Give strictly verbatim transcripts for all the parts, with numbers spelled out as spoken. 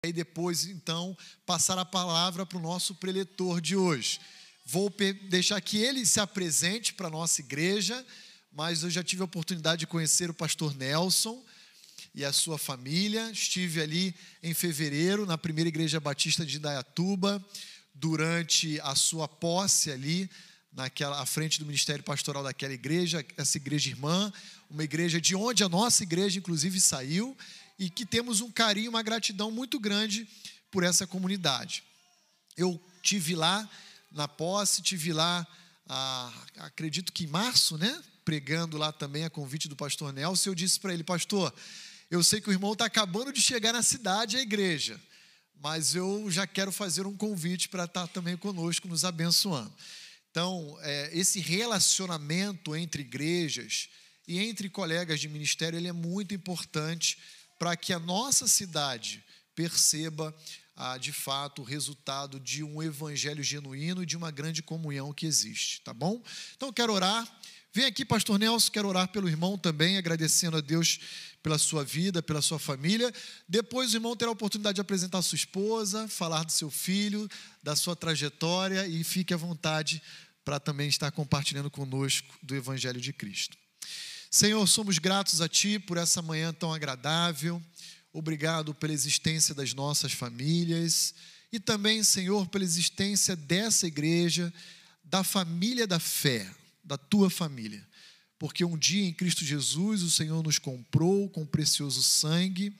E depois, então, passar a palavra para o nosso preletor de hoje. Vou deixar que ele se apresente para a nossa igreja, mas eu já tive a oportunidade de conhecer o pastor Nelson e a sua família. Estive ali em fevereiro, na primeira igreja batista de Indaiatuba, durante a sua posse ali, naquela, à frente do ministério pastoral daquela igreja, essa igreja irmã, uma igreja de onde a nossa igreja, inclusive, saiu, e que temos um carinho, uma gratidão muito grande por essa comunidade. Eu tive lá na posse, tive lá, ah, acredito que em março, né? Pregando lá também a convite do pastor Nelson. Eu disse para ele: pastor, eu sei que o irmão está acabando de chegar na cidade, a igreja, mas eu já quero fazer um convite para estar também conosco, nos abençoando. Então, é, esse relacionamento entre igrejas e entre colegas de ministério, ele é muito importante para que a nossa cidade perceba, ah, de fato, o resultado de um evangelho genuíno e de uma grande comunhão que existe, tá bom? Então, eu quero orar. Vem aqui, pastor Nelson, quero orar pelo irmão também, agradecendo a Deus pela sua vida, pela sua família. Depois o irmão terá a oportunidade de apresentar a sua esposa, falar do seu filho, da sua trajetória, e fique à vontade para também estar compartilhando conosco do evangelho de Cristo. Senhor, somos gratos a Ti por essa manhã tão agradável. Obrigado pela existência das nossas famílias e também, Senhor, pela existência dessa igreja, da família da fé, da Tua família. Porque um dia em Cristo Jesus o Senhor nos comprou com precioso sangue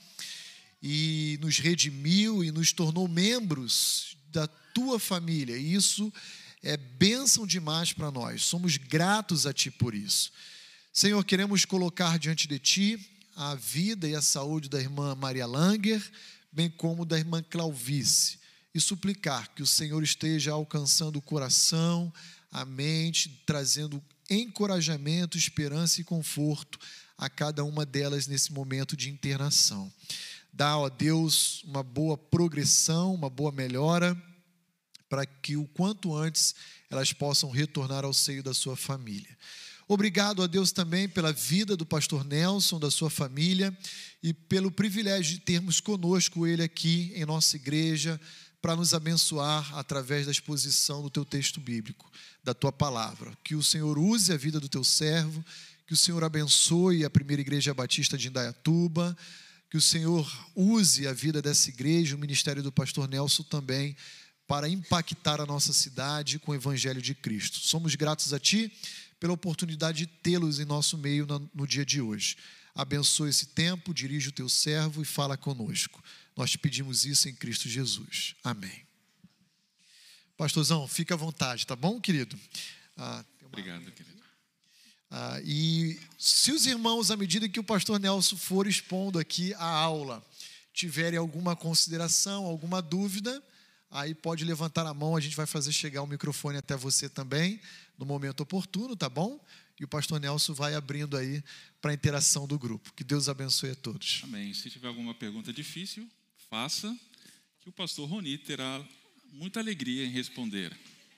e nos redimiu e nos tornou membros da Tua família. E isso é bênção demais para nós. Somos gratos a Ti por isso. Senhor, queremos colocar diante de Ti a vida e a saúde da irmã Maria Langer, bem como da irmã Clauvice, e suplicar que o Senhor esteja alcançando o coração, a mente, trazendo encorajamento, esperança e conforto a cada uma delas nesse momento de internação. Dá, ó Deus, uma boa progressão, uma boa melhora, para que o quanto antes elas possam retornar ao seio da sua família. Obrigado a Deus também pela vida do pastor Nelson, da sua família, e pelo privilégio de termos conosco ele aqui em nossa igreja, para nos abençoar através da exposição do Teu texto bíblico, da Tua palavra. Que o Senhor use a vida do Teu servo, que o Senhor abençoe a primeira igreja batista de Indaiatuba, que o Senhor use a vida dessa igreja, o ministério do pastor Nelson também, para impactar a nossa cidade com o evangelho de Cristo. Somos gratos a Ti pela oportunidade de tê-los em nosso meio no dia de hoje. Abençoa esse tempo, dirige o Teu servo e fala conosco. Nós te pedimos isso em Cristo Jesus. Amém. Pastorzão, fica à vontade, tá bom, querido? Ah, Obrigado, querido. Ah, e se os irmãos, à medida que o pastor Nelson for expondo aqui a aula, tiverem alguma consideração, alguma dúvida, aí pode levantar a mão, a gente vai fazer chegar o microfone até você também, no momento oportuno, tá bom? E o pastor Nelson vai abrindo aí para a interação do grupo. Que Deus abençoe a todos. Amém. Se tiver alguma pergunta difícil, faça, que o pastor Roni terá muita alegria em responder.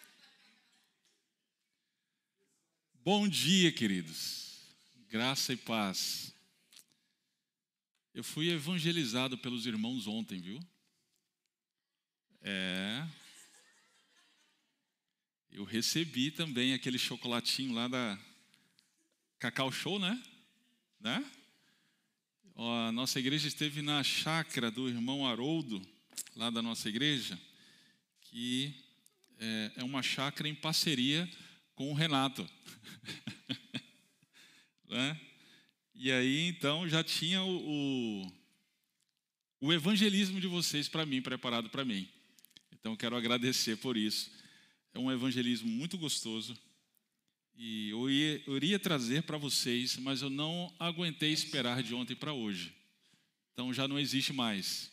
Bom dia, queridos. Graça e paz. Eu fui evangelizado pelos irmãos ontem, viu? É. Eu recebi também aquele chocolatinho lá da Cacau Show, né? Né? Ó, a nossa igreja esteve na chácara do irmão Haroldo, lá da nossa igreja, que é, é uma chácara em parceria com o Renato. Né? E aí, então, já tinha o, o, o evangelismo de vocês para mim, preparado para mim. Então, quero agradecer por isso. É um evangelismo muito gostoso. E eu, ia, eu iria trazer para vocês, mas eu não aguentei esperar de ontem para hoje. Então, já não existe mais.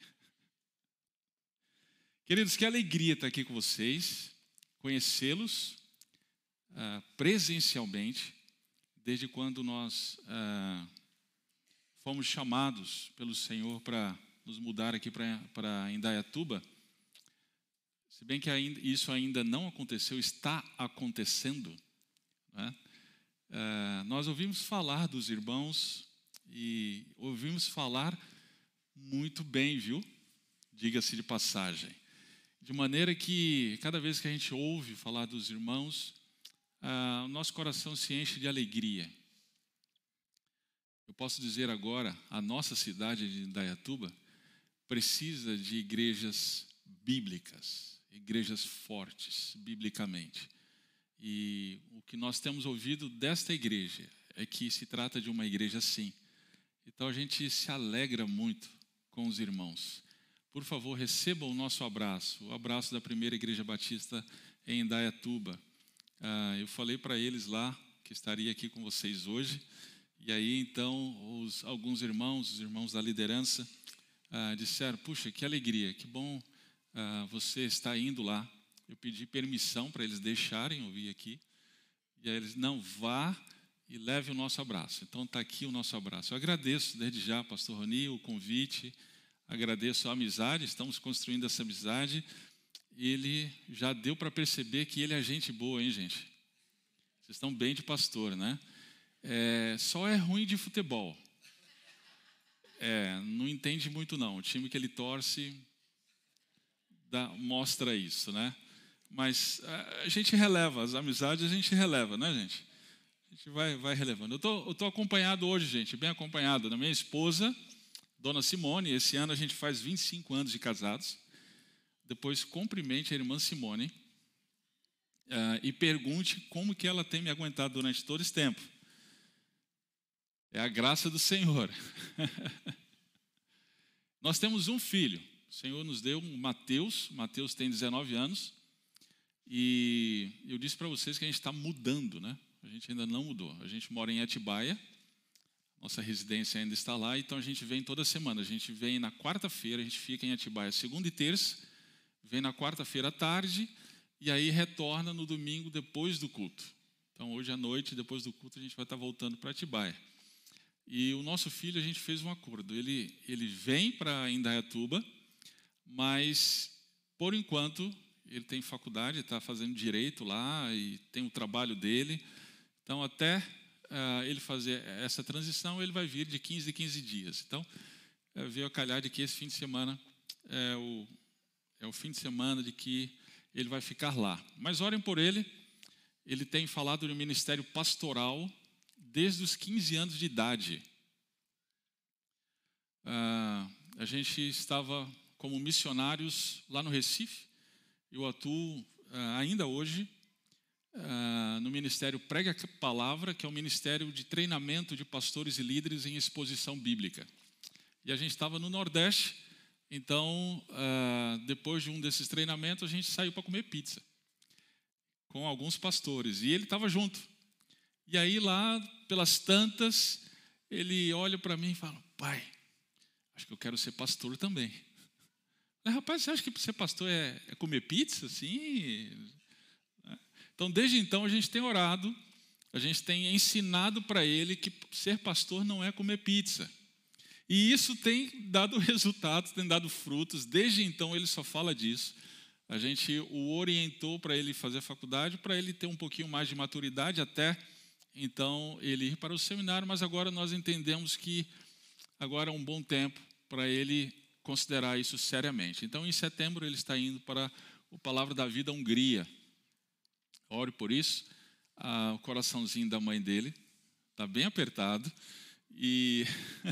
Queridos, que alegria estar aqui com vocês, conhecê-los uh, presencialmente, desde quando nós uh, fomos chamados pelo Senhor para nos mudar aqui para Indaiatuba. Se bem que ainda, isso ainda não aconteceu, está acontecendo, né? Uh, nós ouvimos falar dos irmãos e ouvimos falar muito bem, viu? diga-se de passagem. De maneira que, cada vez que a gente ouve falar dos irmãos, ah, o nosso coração se enche de alegria. Eu posso dizer agora, a nossa cidade de Indaiatuba precisa de igrejas bíblicas, igrejas fortes, biblicamente. E o que nós temos ouvido desta igreja é que se trata de uma igreja assim. Então a gente se alegra muito com os irmãos. Por favor, recebam o nosso abraço, o abraço da Primeira Igreja Batista em Indaiatuba. Ah, eu falei para eles lá que estaria aqui com vocês hoje. E aí, então, os, alguns irmãos, os irmãos da liderança, ah, disseram, puxa, que alegria, que bom ah, você está indo lá. Eu pedi permissão para eles deixarem eu vir aqui. E aí eles, não, vá e leve o nosso abraço. Então está aqui o nosso abraço. Eu agradeço desde já, pastor Roni, o convite, agradeço a amizade, estamos construindo essa amizade. Ele já deu para perceber que ele é gente boa, hein, gente? Vocês estão bem de pastor, né? É, só é ruim de futebol. É, não entende muito não. O time que ele torce dá, mostra isso, né? Mas a gente releva, as amizades a gente releva, né, gente? A gente vai, vai relevando. Eu tô, eu tô acompanhado hoje, gente, bem acompanhado da minha esposa, Dona Simone. Esse ano a gente faz vinte e cinco anos de casados. Depois cumprimente a irmã Simone uh, e pergunte como que ela tem me aguentado durante todo esse tempo. É a graça do Senhor. Nós temos um filho. O Senhor nos deu um Mateus. Mateus tem dezenove anos. E eu disse para vocês que a gente está mudando, né? A gente ainda não mudou. A gente mora em Atibaia. Nossa residência ainda está lá. Então a gente vem toda semana. A gente vem na quarta-feira. A gente fica em Atibaia segunda e terça. Vem na quarta-feira à tarde. E aí retorna no domingo depois do culto. Então hoje à noite, depois do culto, a gente vai estar voltando para Atibaia. E o nosso filho, a gente fez um acordo. Ele, ele vem para Indaiatuba, mas, por enquanto, ele tem faculdade, está fazendo direito lá e tem o trabalho dele. Então, até uh, ele fazer essa transição, ele vai vir de quinze em quinze dias. Então, uh, veio a calhar de que esse fim de semana é o, é o fim de semana de que ele vai ficar lá. Mas orem por ele. Ele tem falado no ministério pastoral desde os quinze anos de idade. Uh, a gente estava como missionários lá no Recife. Eu atuo uh, ainda hoje uh, no Ministério Prega a Palavra, que é o Ministério de Treinamento de Pastores e Líderes em Exposição Bíblica. E a gente estava no Nordeste, então, uh, depois de um desses treinamentos, a gente saiu para comer pizza com alguns pastores, e ele estava junto. E aí lá, pelas tantas, ele olha para mim e fala, pai, acho que eu quero ser pastor também. Mas, rapaz, você acha que ser pastor é, é comer pizza? Sim. Então, desde então, a gente tem orado, a gente tem ensinado para ele que ser pastor não é comer pizza. E isso tem dado resultados, tem dado frutos. Desde então, ele só fala disso. A gente o orientou para ele fazer faculdade, para ele ter um pouquinho mais de maturidade até, então, ele ir para o seminário. Mas agora nós entendemos que agora é um bom tempo para ele considerar isso seriamente. Então, em setembro, ele está indo para o Palavra da Vida Hungria. Ore por isso. Ah, o coraçãozinho da mãe dele está bem apertado. E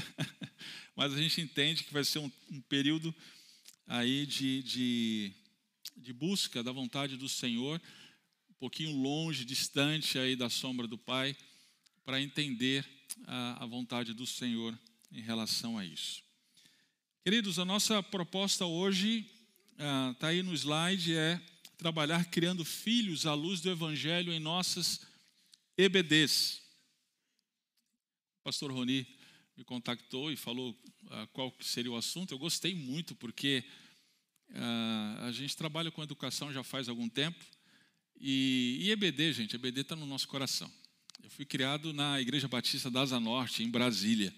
mas a gente entende que vai ser um, um período aí de, de, de busca da vontade do Senhor, um pouquinho longe, distante aí da sombra do Pai, para entender a, a vontade do Senhor em relação a isso. Queridos, a nossa proposta hoje, está ah, aí no slide, é trabalhar criando filhos à luz do Evangelho em nossas E B Ds. O pastor Roni me contactou e falou ah, qual seria o assunto. Eu gostei muito, porque ah, a gente trabalha com educação já faz algum tempo. E, e E B D, gente, E B D está no nosso coração. Eu fui criado na Igreja Batista da Asa Norte, em Brasília.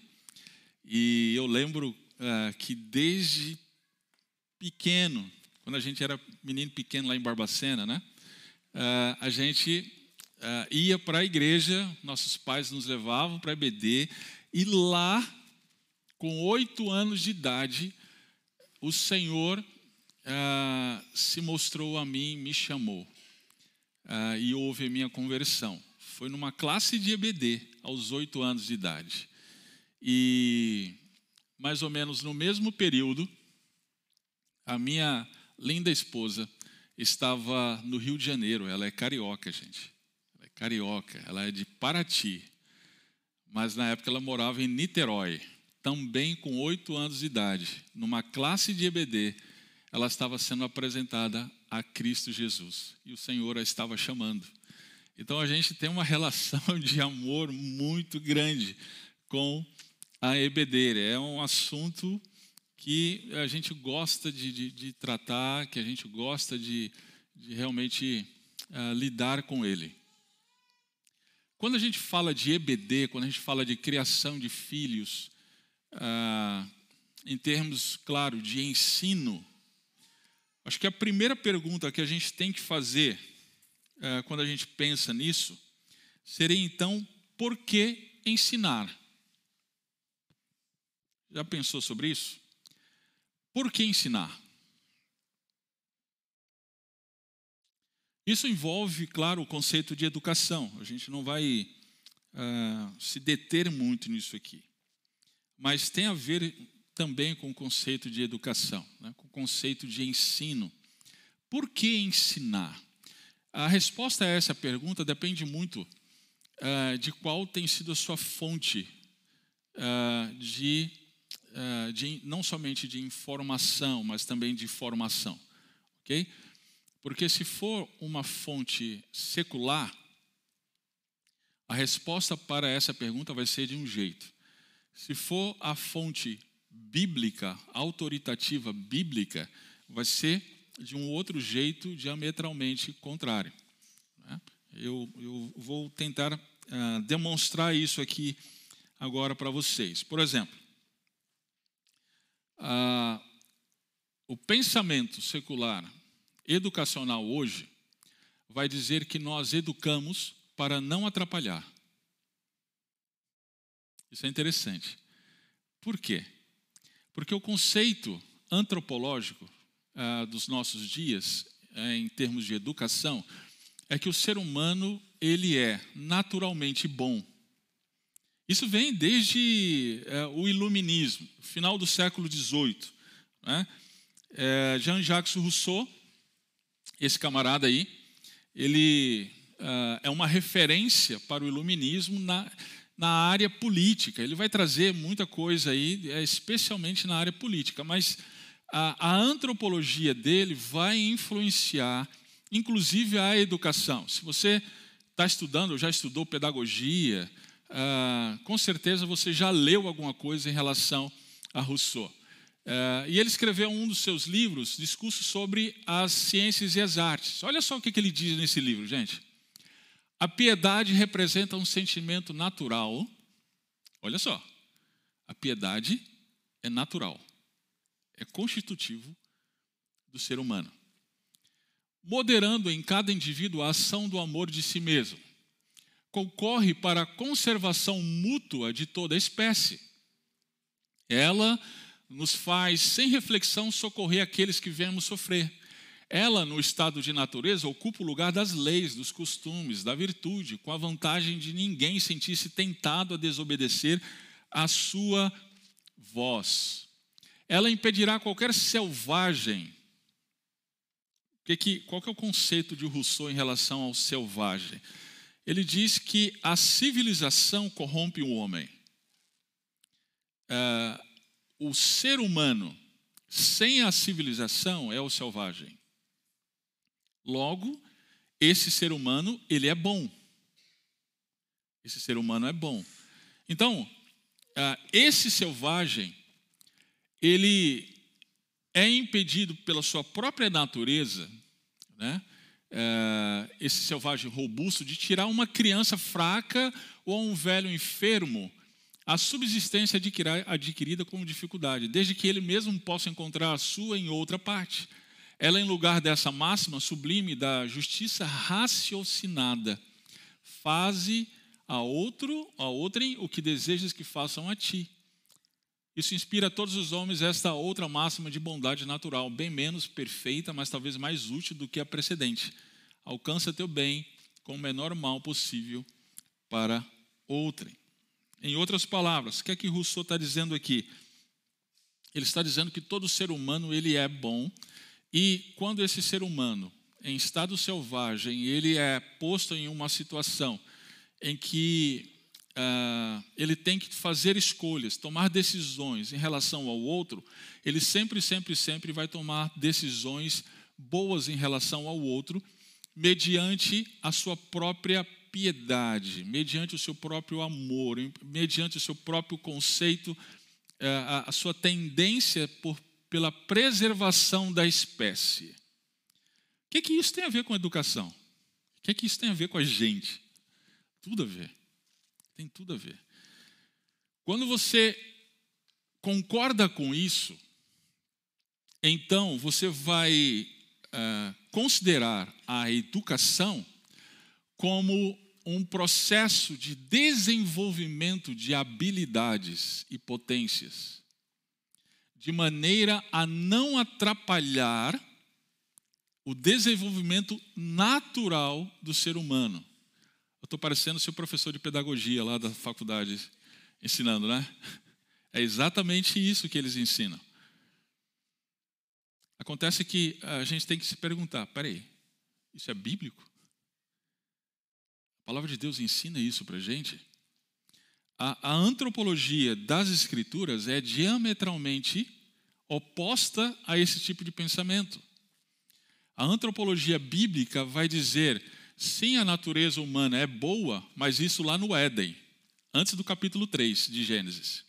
E eu lembro ah, que desde pequeno, quando a gente era menino pequeno lá em Barbacena, né, ah, a gente ah, ia para a igreja, nossos pais nos levavam para a E B D, e lá, com oito anos de idade, o Senhor ah, se mostrou a mim, me chamou ah, e houve a minha conversão. Foi numa classe de E B D, aos oito anos de idade. E mais ou menos no mesmo período, a minha linda esposa estava no Rio de Janeiro. Ela é carioca, gente. Ela é carioca, ela é de Paraty. Mas na época ela morava em Niterói, também com oito anos de idade. Numa classe de E B D, ela estava sendo apresentada a Cristo Jesus. E o Senhor a estava chamando. Então a gente tem uma relação de amor muito grande com a E B D. É um assunto que a gente gosta de, de, de tratar, que a gente gosta de, de realmente uh, lidar com ele. Quando a gente fala de E B D, quando a gente fala de criação de filhos, uh, em termos, claro, de ensino, acho que a primeira pergunta que a gente tem que fazer uh, quando a gente pensa nisso seria, então, por que ensinar? Já pensou sobre isso? Por que ensinar? Isso envolve, claro, o conceito de educação. A gente não vai uh, se deter muito nisso aqui. Mas tem a ver também com o conceito de educação, né? Com o conceito de ensino. Por que ensinar? A resposta a essa pergunta depende muito uh, de qual tem sido a sua fonte uh, de... Uh, de, não somente de informação, mas também de formação, ok? Porque se for uma fonte secular, a resposta para essa pergunta vai ser de um jeito. Se for a fonte bíblica, autoritativa bíblica, vai ser de um outro jeito, diametralmente contrário, né? Eu, eu vou tentar uh, demonstrar isso aqui agora para vocês. Por exemplo, Ah, o pensamento secular educacional hoje vai dizer que nós educamos para não atrapalhar. Isso é interessante. Por quê? Porque o conceito antropológico ah, dos nossos dias, eh, em termos de educação, é que o ser humano ele é naturalmente bom. Isso vem desde é, o iluminismo, final do século dezoito. Né? É, Jean-Jacques Rousseau, esse camarada aí, ele uh, é uma referência para o iluminismo na, na área política. Ele vai trazer muita coisa aí, especialmente na área política, mas a, a antropologia dele vai influenciar, inclusive, a educação. Se você está estudando ou já estudou pedagogia, Uh, com certeza você já leu alguma coisa em relação a Rousseau. Uh, e ele escreveu um dos seus livros, discurso sobre as ciências e as artes. Olha só o que, que ele diz nesse livro, gente. A piedade representa um sentimento natural. Olha só. A piedade é natural. É constitutivo do ser humano. Moderando em cada indivíduo a ação do amor de si mesmo. Concorre para a conservação mútua de toda a espécie. Ela nos faz, sem reflexão, socorrer aqueles que vemos sofrer. Ela, no estado de natureza, ocupa o lugar das leis, dos costumes, da virtude, com a vantagem de ninguém sentir-se tentado a desobedecer à sua voz. Ela impedirá qualquer selvagem. Que que, qual que é o conceito de Rousseau em relação ao selvagem? Ele diz que a civilização corrompe o homem. Uh, o ser humano, sem a civilização, é o selvagem. Logo, esse ser humano, ele é bom. Esse ser humano é bom. Então, uh, esse selvagem, ele é impedido pela sua própria natureza, né? Uh, esse selvagem robusto, de tirar uma criança fraca ou um velho enfermo a subsistência adquirida com dificuldade, desde que ele mesmo possa encontrar a sua em outra parte. Ela, em lugar dessa máxima sublime da justiça raciocinada, faze a outro, a outrem o que desejas que façam a ti. Isso inspira a todos os homens esta outra máxima de bondade natural, bem menos perfeita, mas talvez mais útil do que a precedente. Alcança teu bem com o menor mal possível para outrem. Em outras palavras, o que é que Rousseau está dizendo aqui? Ele está dizendo que todo ser humano ele é bom, e quando esse ser humano, em estado selvagem, ele é posto em uma situação em que Uh, ele tem que fazer escolhas, tomar decisões em relação ao outro, ele sempre, sempre, sempre vai tomar decisões boas em relação ao outro, mediante a sua própria piedade, mediante o seu próprio amor, mediante o seu próprio conceito, uh, a, a sua tendência por, pela preservação da espécie. O que, que isso tem a ver com educação? O que, que isso tem a ver com a gente? Tudo a ver. Tem tudo a ver. Quando você concorda com isso, então você vai uh, considerar a educação como um processo de desenvolvimento de habilidades e potências, de maneira a não atrapalhar o desenvolvimento natural do ser humano. Eu estou parecendo seu professor de pedagogia lá da faculdade, ensinando, né? É exatamente isso que eles ensinam. Acontece que a gente tem que se perguntar, peraí, isso é bíblico? A palavra de Deus ensina isso para a gente? A, a antropologia das Escrituras é diametralmente oposta a esse tipo de pensamento. A antropologia bíblica vai dizer, sim, a natureza humana é boa, mas isso lá no Éden, antes do capítulo três de Gênesis.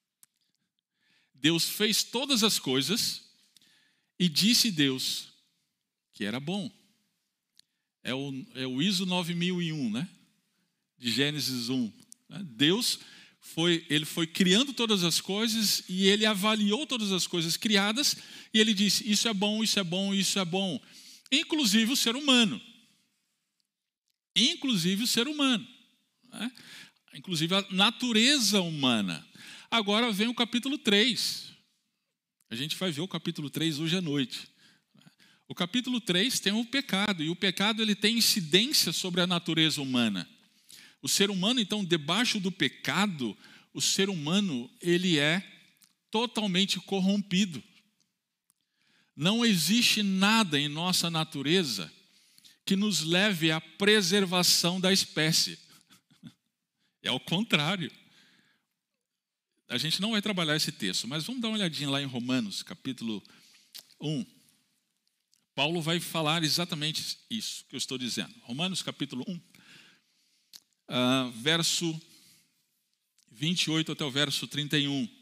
Deus fez todas as coisas e disse Deus que era bom. É o, é o I S O nove mil e um, né? De Gênesis um. Deus foi, ele foi criando todas as coisas e ele avaliou todas as coisas criadas e ele disse, isso é bom, isso é bom, isso é bom. Inclusive o ser humano. Inclusive o ser humano, né? Inclusive a natureza humana. Agora vem o capítulo três. A gente vai ver o capítulo três hoje à noite. O capítulo três tem o pecado, e o pecado ele tem incidência sobre a natureza humana. O ser humano, então, debaixo do pecado, o ser humano ele é totalmente corrompido. Não existe nada em nossa natureza que nos leve à preservação da espécie. É ao contrário. A gente não vai trabalhar esse texto, mas vamos dar uma olhadinha lá em Romanos, capítulo um. Paulo vai falar exatamente isso que eu estou dizendo. Romanos, capítulo um, uh, verso vinte e oito até o verso trinta e um.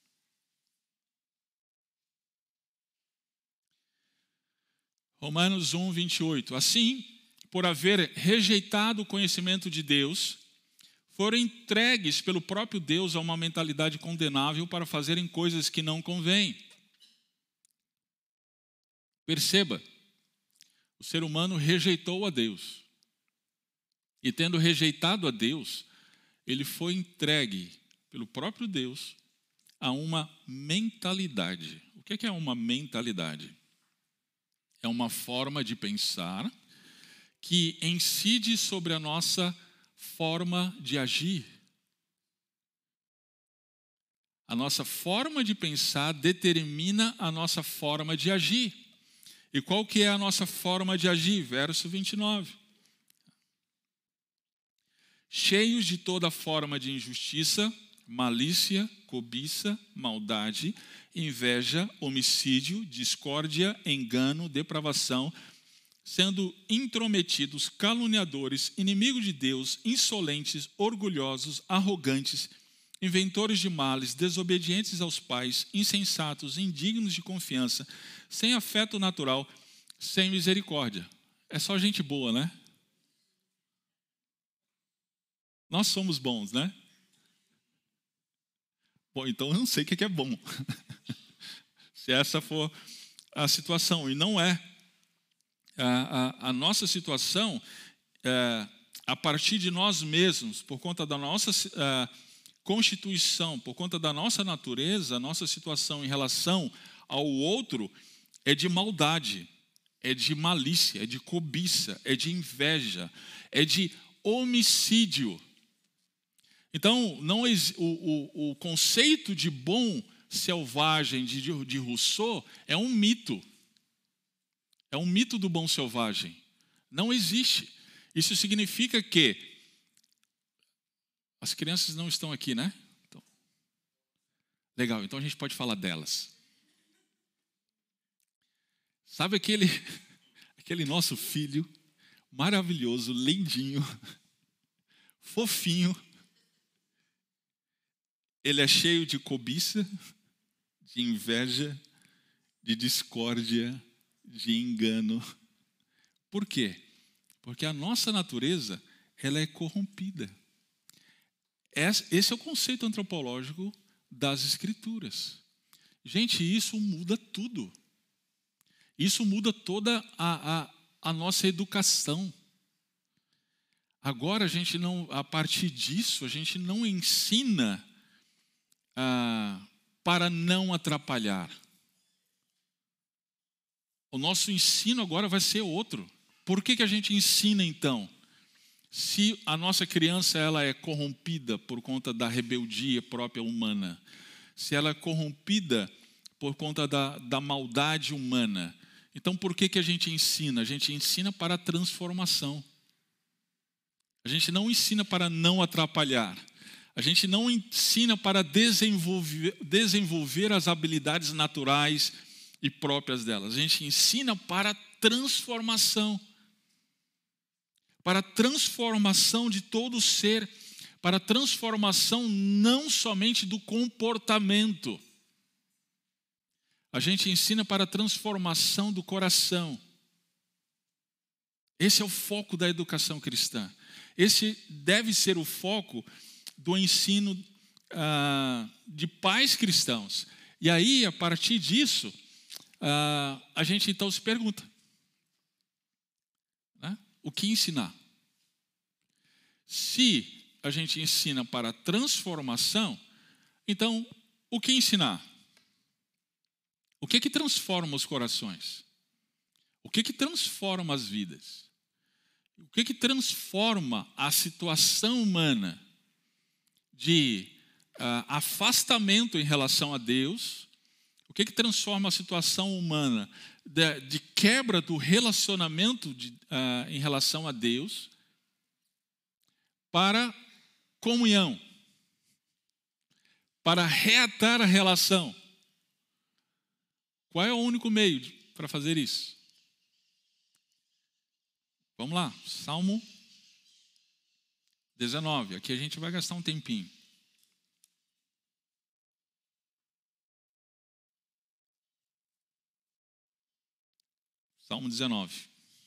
Romanos um, vinte e oito. Assim, por haver rejeitado o conhecimento de Deus, foram entregues pelo próprio Deus a uma mentalidade condenável para fazerem coisas que não convêm. Perceba, o ser humano rejeitou a Deus. E tendo rejeitado a Deus, ele foi entregue pelo próprio Deus a uma mentalidade. O que é uma mentalidade? É uma forma de pensar que incide sobre a nossa forma de agir. A nossa forma de pensar determina a nossa forma de agir. E qual que é a nossa forma de agir? Verso vinte e nove. Cheios de toda forma de injustiça, malícia, cobiça, maldade, inveja, homicídio, discórdia, engano, depravação, sendo intrometidos, caluniadores, inimigos de Deus, insolentes, orgulhosos, arrogantes, inventores de males, desobedientes aos pais, insensatos, indignos de confiança, sem afeto natural, sem misericórdia. É só gente boa, né? Nós somos bons, né? Bom, então eu não sei o que é bom. Se essa for a situação, e não é. A, a, a nossa situação, é, a partir de nós mesmos, por conta da nossa é, constituição, por conta da nossa natureza, a nossa situação em relação ao outro é de maldade, é de malícia, é de cobiça, é de inveja, é de homicídio. Então, não, o, o, o conceito de bom selvagem de, de Rousseau é um mito. É um mito do bom selvagem. Não existe. Isso significa que as crianças não estão aqui, né? Então, legal, então a gente pode falar delas. Sabe aquele, aquele nosso filho maravilhoso, lindinho, fofinho? Ele é cheio de cobiça, de inveja, de discórdia, de engano. Por quê? Porque a nossa natureza, ela é corrompida. Esse é o conceito antropológico das Escrituras. Gente, isso muda tudo. Isso muda toda a, a, a nossa educação. Agora, a gente não, a partir disso, a gente não ensina Ah, para não atrapalhar. O nosso ensino agora vai ser outro. Por que que a gente ensina então? Se a nossa criança ela é corrompida por conta da rebeldia própria humana, se ela é corrompida por conta da, da maldade humana, então por que que a gente ensina? A gente ensina para a transformação. A gente não ensina para não atrapalhar. A gente não ensina para desenvolver, desenvolver as habilidades naturais e próprias delas. A gente ensina para transformação. Para transformação de todo ser. Para transformação não somente do comportamento. A gente ensina para a transformação do coração. Esse é o foco da educação cristã. Esse deve ser o foco do ensino ah, de pais cristãos. E aí, a partir disso, ah, a gente então se pergunta, né? O que ensinar? Se a gente ensina para transformação, então, o que ensinar? O que que transforma os corações? O que que transforma as vidas? O que que transforma a situação humana de uh, afastamento em relação a Deus? O que que transforma a situação humana de, de quebra do relacionamento de, uh, em relação a Deus para comunhão, para reatar a relação? Qual é o único meio de, para fazer isso? Vamos lá, Salmo dezenove, aqui a gente vai gastar um tempinho. Salmo dezenove.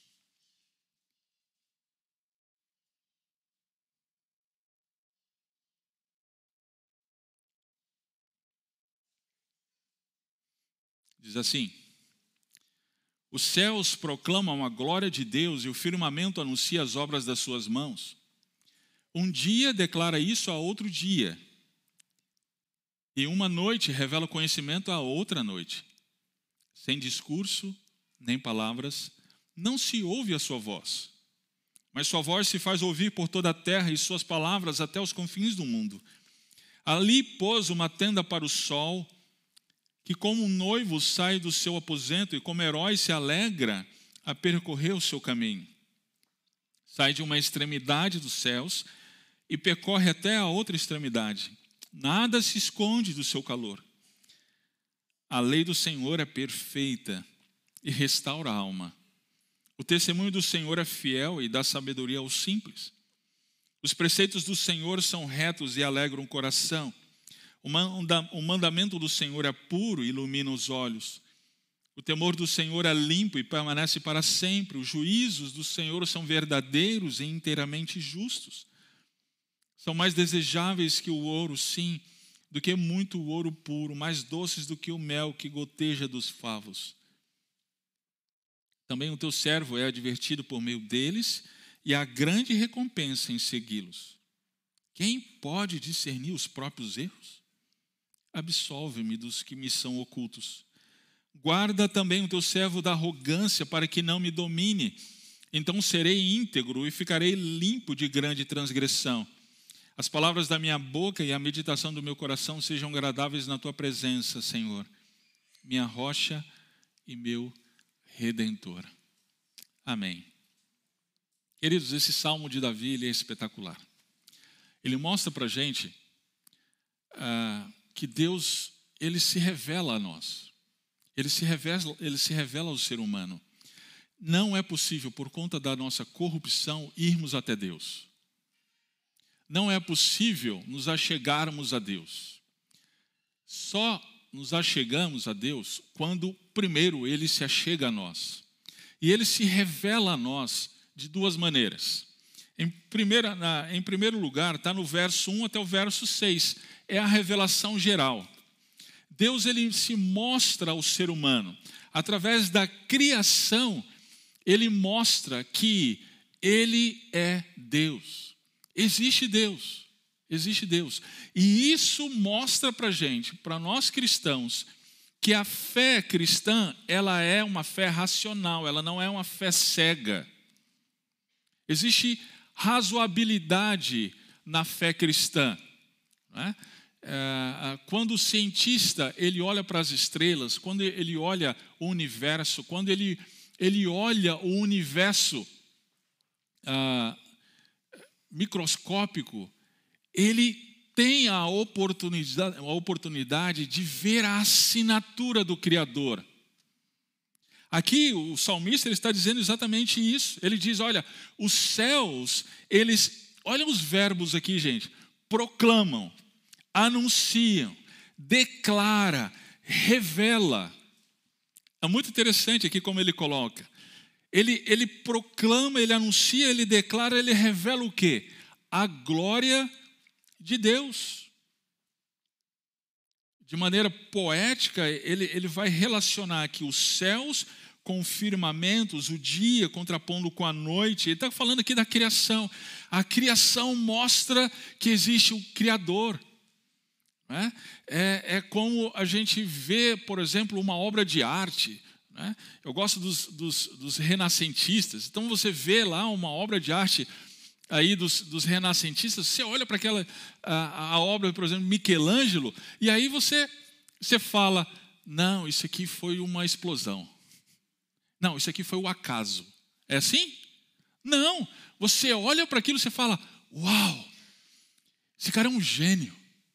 Diz assim: os céus proclamam a glória de Deus e o firmamento anuncia as obras das suas mãos. Um dia declara isso a outro dia, e uma noite revela conhecimento a outra noite. Sem discurso, nem palavras, não se ouve a sua voz. Mas sua voz se faz ouvir por toda a terra e suas palavras até os confins do mundo. Ali pôs uma tenda para o sol, que como um noivo sai do seu aposento e como herói se alegra a percorrer o seu caminho. Sai de uma extremidade dos céus e percorre até a outra extremidade. Nada se esconde do seu calor. A lei do Senhor é perfeita e restaura a alma. O testemunho do Senhor é fiel e dá sabedoria aos simples. Os preceitos do Senhor são retos e alegram o coração. O mandamento do Senhor é puro e ilumina os olhos. O temor do Senhor é limpo e permanece para sempre. Os juízos do Senhor são verdadeiros e inteiramente justos. São mais desejáveis que o ouro, sim, do que muito ouro puro, mais doces do que o mel que goteja dos favos. Também o teu servo é advertido por meio deles, e há grande recompensa em segui-los. Quem pode discernir os próprios erros? Absolve-me dos que me são ocultos. Guarda também o teu servo da arrogância, para que não me domine. Então serei íntegro e ficarei limpo de grande transgressão. As palavras da minha boca e a meditação do meu coração sejam agradáveis na tua presença, Senhor, minha rocha e meu redentor. Amém. Queridos, esse salmo de Davi ele é espetacular. Ele mostra para a gente ah, que Deus ele se revela a nós. Ele se revela, ele se revela ao ser humano. Não é possível, por conta da nossa corrupção, irmos até Deus. Não é possível nos achegarmos a Deus. Só nos achegamos a Deus quando, primeiro, Ele se achega a nós. E Ele se revela a nós de duas maneiras. Em, primeira, na, em primeiro lugar, está no verso um até o verso seis. É a revelação geral. Deus ele se mostra ao ser humano. Através da criação, Ele mostra que Ele é Deus. Existe Deus. Existe Deus. E isso mostra para a gente, para nós cristãos, que a fé cristã, ela é uma fé racional, ela não é uma fé cega. Existe razoabilidade na fé cristã. Não é? É, quando o cientista ele olha para as estrelas, quando ele olha o universo, quando ele, ele olha o universo ah, microscópico, ele tem a oportunidade, a oportunidade de ver a assinatura do Criador. Aqui o salmista ele está dizendo exatamente isso. Ele diz, olha, os céus, eles, olha os verbos aqui, gente, proclamam, anunciam, declara, revela. É muito interessante aqui como ele coloca. Ele, ele proclama, ele anuncia, ele declara, ele revela o quê? A glória de Deus. De maneira poética, ele, ele vai relacionar aqui os céus com firmamentos, o dia contrapondo com a noite. Ele está falando aqui da criação. A criação mostra que existe o Criador. É, é, é como a gente vê, por exemplo, uma obra de arte. Né? Eu gosto dos, dos, dos renascentistas. Então você vê lá uma obra de arte aí dos, dos renascentistas. Você olha para aquela a, a obra, por exemplo, Michelangelo, e aí você, você fala, não, isso aqui foi uma explosão. Não, isso aqui foi o acaso. É assim? Não. Você olha para aquilo e você fala, uau, esse cara é um gênio.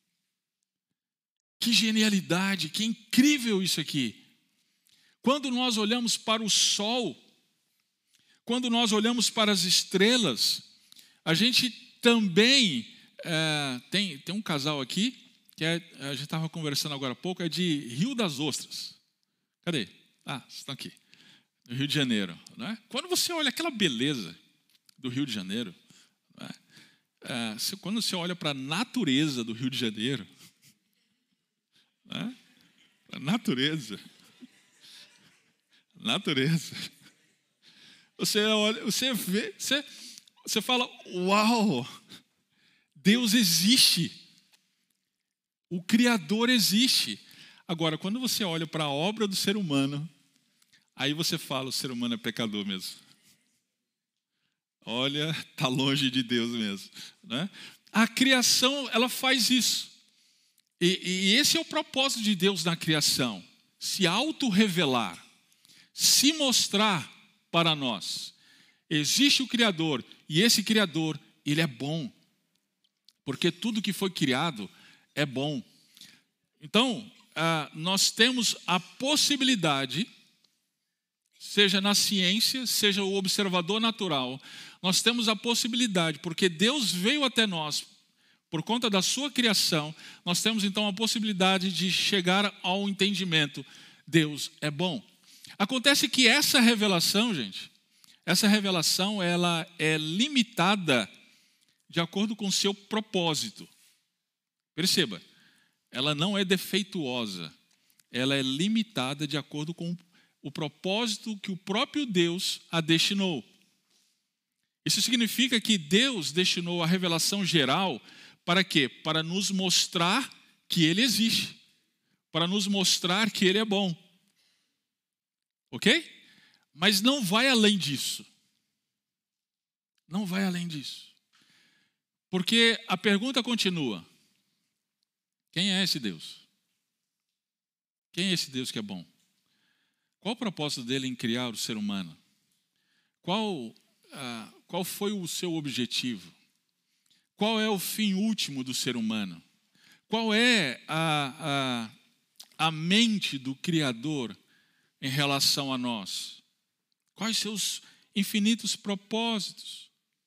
Que genialidade, que incrível isso aqui. Quando nós olhamos para o sol, quando nós olhamos para as estrelas, a gente também, é, tem, tem um casal aqui, que é, a gente estava conversando agora há pouco, é de Rio das Ostras. Cadê? Ah, vocês estão aqui, no Rio de Janeiro. Não é? Quando você olha aquela beleza do Rio de Janeiro, não é? É, você, quando você olha para a natureza do Rio de Janeiro, não é? A natureza, natureza, você olha, você vê, você... Você fala, uau, Deus existe, o Criador existe. Agora, quando você olha para a obra do ser humano, aí você fala, o ser humano é pecador mesmo. Olha, está longe de Deus mesmo. Né? A criação, ela faz isso. E, e esse é o propósito de Deus na criação, se auto-revelar, se mostrar para nós. Existe o Criador, e esse Criador, ele é bom. Porque tudo que foi criado é bom. Então, ah, nós temos a possibilidade, seja na ciência, seja o observador natural, nós temos a possibilidade, porque Deus veio até nós, por conta da sua criação, nós temos então a possibilidade de chegar ao entendimento, Deus é bom. Acontece que essa revelação, gente, essa revelação ela é limitada de acordo com o seu propósito. Perceba, ela não é defeituosa, ela é limitada de acordo com o propósito que o próprio Deus a destinou. Isso significa que Deus destinou a revelação geral Para quê? Para nos mostrar que Ele existe. Para nos mostrar que Ele é bom. Ok? Mas não vai além disso. Não vai além disso. Porque a pergunta continua. Quem é esse Deus? Quem é esse Deus que é bom? Qual o propósito dele em criar o ser humano? Qual, ah, qual foi o seu objetivo? Qual é o fim último do ser humano? Qual é a, a, a mente do Criador em relação a nós? Quais seus infinitos propósitos?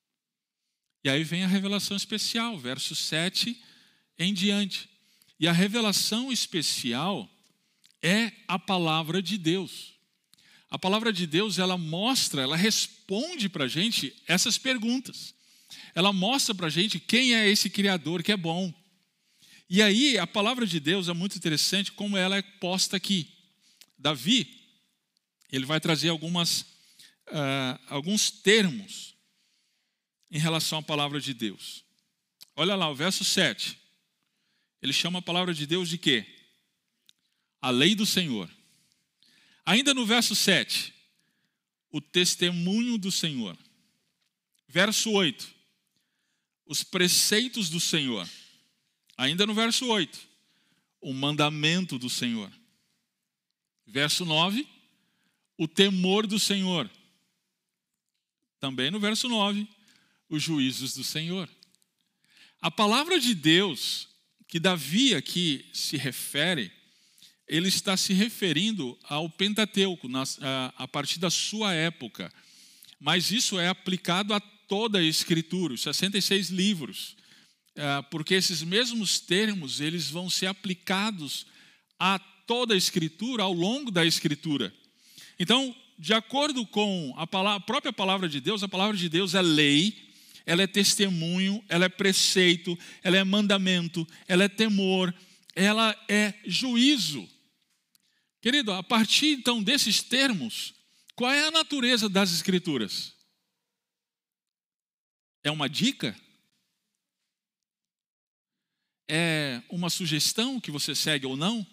E aí vem a revelação especial, verso sete em diante. E a revelação especial é a palavra de Deus. A palavra de Deus, ela mostra, ela responde para a gente essas perguntas. Ela mostra para a gente quem é esse Criador que é bom. E aí, a palavra de Deus é muito interessante como ela é posta aqui. Davi, ele vai trazer algumas, uh, alguns termos em relação à palavra de Deus. Olha lá, o verso sete. Ele chama a palavra de Deus de quê? A lei do Senhor. Ainda no verso sete, o testemunho do Senhor. Verso oito, os preceitos do Senhor. Ainda no verso oito, o mandamento do Senhor. Verso nove, o temor do Senhor. Também no verso nove, os juízos do Senhor. A palavra de Deus, que Davi aqui se refere, ele está se referindo ao Pentateuco, a partir da sua época. Mas isso é aplicado a toda a Escritura, os sessenta e seis livros. Porque esses mesmos termos, eles vão ser aplicados a toda a Escritura, ao longo da Escritura. Então, de acordo com a, palavra, a própria palavra de Deus, a palavra de Deus é lei, ela é testemunho, ela é preceito, ela é mandamento, ela é temor, ela é juízo. Querido, a partir então desses termos, qual é a natureza das Escrituras? É uma dica? É uma sugestão que você segue ou não?